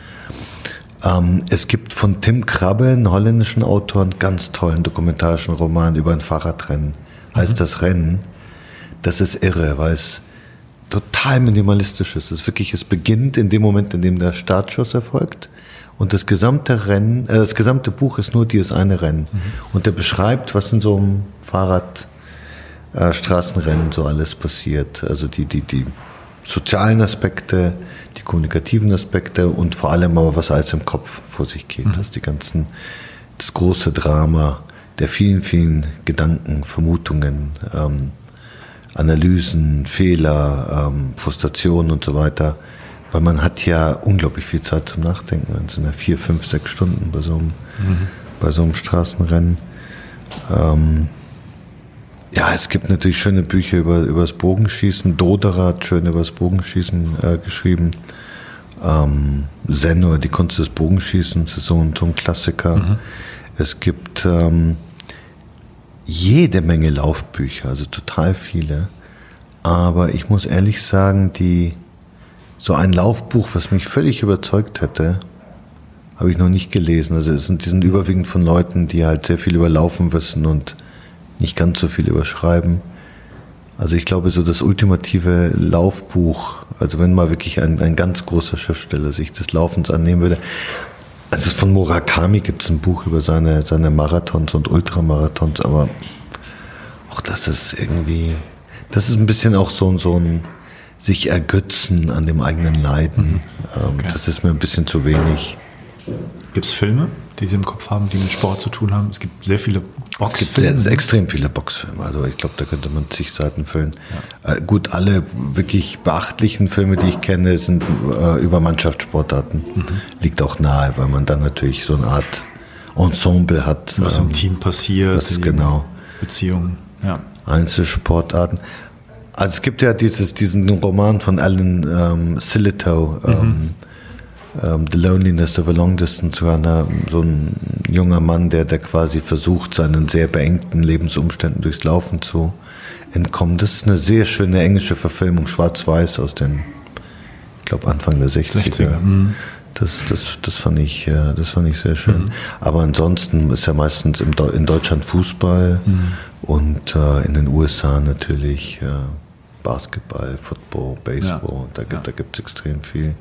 Es gibt von Tim Krabbe, einen holländischen Autor, einen ganz tollen dokumentarischen Roman über ein Fahrradrennen. Heißt das Rennen. Das ist irre, weil es total minimalistisch ist. Es beginnt in dem Moment, in dem der Startschuss erfolgt. Und das gesamte Buch ist nur dieses eine Rennen. Und er beschreibt, was in so einem Straßenrennen so alles passiert. Also die sozialen Aspekte, die kommunikativen Aspekte und vor allem aber, was alles im Kopf vor sich geht. Das große Drama der vielen, vielen Gedanken, Vermutungen, Analysen, Fehler, Frustrationen und so weiter. Weil man hat ja unglaublich viel Zeit zum Nachdenken. Es sind ja 4, 5, 6 Stunden bei so einem Straßenrennen. Es gibt natürlich schöne Bücher über das Bogenschießen. Doderer hat schön über das Bogenschießen geschrieben. Zen oder die Kunst des Bogenschießens ist so ein Klassiker. Es gibt jede Menge Laufbücher, also total viele. Aber ich muss ehrlich sagen, so ein Laufbuch, was mich völlig überzeugt hätte, Habe ich noch nicht gelesen. Also die sind überwiegend von Leuten, die halt sehr viel überlaufen wissen und nicht ganz so viel überschreiben. Also ich glaube, so das ultimative Laufbuch, also wenn mal wirklich ein ganz großer Schriftsteller sich des Laufens annehmen würde. Also von Murakami gibt es ein Buch über seine Marathons und Ultramarathons, aber auch das ist irgendwie, das ist ein bisschen auch so ein sich ergötzen an dem eigenen Leiden. Okay. Das ist mir ein bisschen zu wenig. Gibt es Filme, die Sie im Kopf haben, die mit Sport zu tun haben? Es gibt sehr viele Boxfilme. Es gibt extrem viele Boxfilme. Also ich glaube, da könnte man zig Seiten füllen. Ja. Gut, alle wirklich beachtlichen Filme, die ich kenne, sind über Mannschaftssportarten. Liegt auch nahe, weil man dann natürlich so eine Art Ensemble hat. Was im Team passiert. Das ist genau. Beziehungen. Ja. Einzelsportarten. Also es gibt ja diesen Roman von Alan Sillitoe, The Loneliness of a Long Distance Runner, so ein junger Mann, der quasi versucht, seinen sehr beengten Lebensumständen durchs Laufen zu entkommen. Das ist eine sehr schöne englische Verfilmung, schwarz-weiß aus den, ich glaube, Anfang der 60er. Das fand ich sehr schön. Aber ansonsten ist ja meistens in Deutschland Fußball und in den USA natürlich Basketball, Football, Baseball. Da gibt es extrem viel.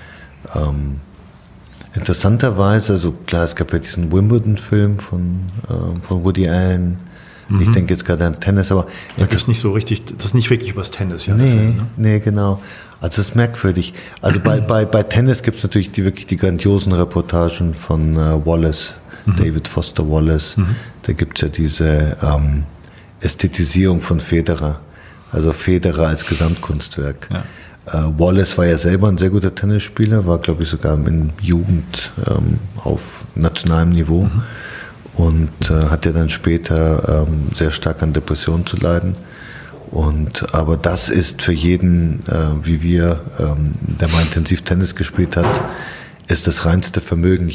Interessanterweise, also klar, es gab ja diesen Wimbledon-Film von Woody Allen. Ich denke jetzt gerade an Tennis, aber das ist nicht so richtig, das ist nicht wirklich übers Tennis, ja. Nee, genau. Also das ist merkwürdig. Also bei Tennis gibt es natürlich die grandiosen Reportagen von Wallace, David Foster Wallace. Da gibt es ja diese Ästhetisierung von Federer, also Federer als Gesamtkunstwerk. Ja. Wallace war ja selber ein sehr guter Tennisspieler, war glaube ich sogar in Jugend auf nationalem Niveau und hat ja dann später sehr stark an Depressionen zu leiden. Aber das ist für jeden, wie wir, der mal intensiv Tennis gespielt hat, ist das reinste Vergnügen.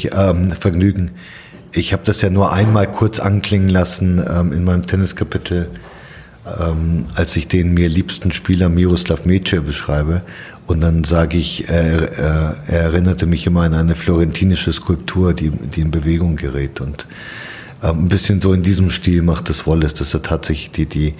Ich habe das ja nur einmal kurz anklingen lassen in meinem Tenniskapitel, als ich den mir liebsten Spieler Miroslav Mece beschreibe. Und dann sage ich, er erinnerte mich immer an eine florentinische Skulptur, die in Bewegung gerät. Und ein bisschen so in diesem Stil macht es Wallace, dass er tatsächlich die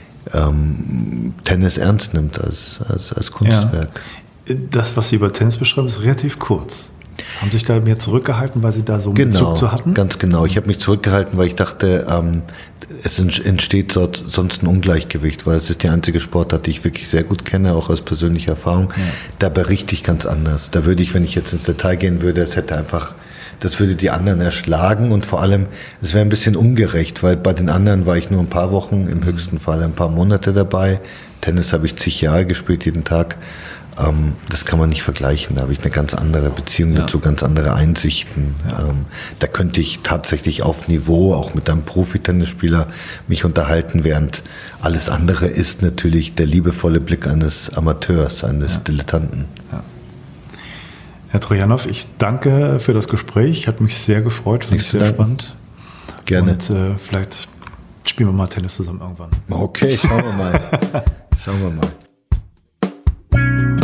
Tennis ernst nimmt als Kunstwerk. Ja. Das, was Sie über Tennis beschreiben, ist relativ kurz. Haben Sie sich da mehr zurückgehalten, weil Sie da so einen Bezug zu hatten? Ganz genau. Ich habe mich zurückgehalten, weil ich dachte, es entsteht dort sonst ein Ungleichgewicht, weil es ist die einzige Sportart, die ich wirklich sehr gut kenne, auch aus persönlicher Erfahrung. Ja. Da berichte ich ganz anders. Da würde ich, wenn ich jetzt ins Detail gehen würde, das würde die anderen erschlagen und vor allem, es wäre ein bisschen ungerecht, weil bei den anderen war ich nur ein paar Wochen, im höchsten Fall ein paar Monate dabei. Tennis habe ich zig Jahre gespielt, jeden Tag. Das kann man nicht vergleichen. Da habe ich eine ganz andere Beziehung dazu, ganz andere Einsichten. Ja. Da könnte ich tatsächlich auf Niveau, auch mit einem Profi-Tennisspieler, mich unterhalten, während alles andere ist natürlich der liebevolle Blick eines Amateurs, eines Dilettanten. Ja. Herr Trojanow, ich danke für das Gespräch. Hat mich sehr gefreut, fand ich sehr spannend. Gerne. Und vielleicht spielen wir mal Tennis zusammen irgendwann. Okay, schauen wir mal.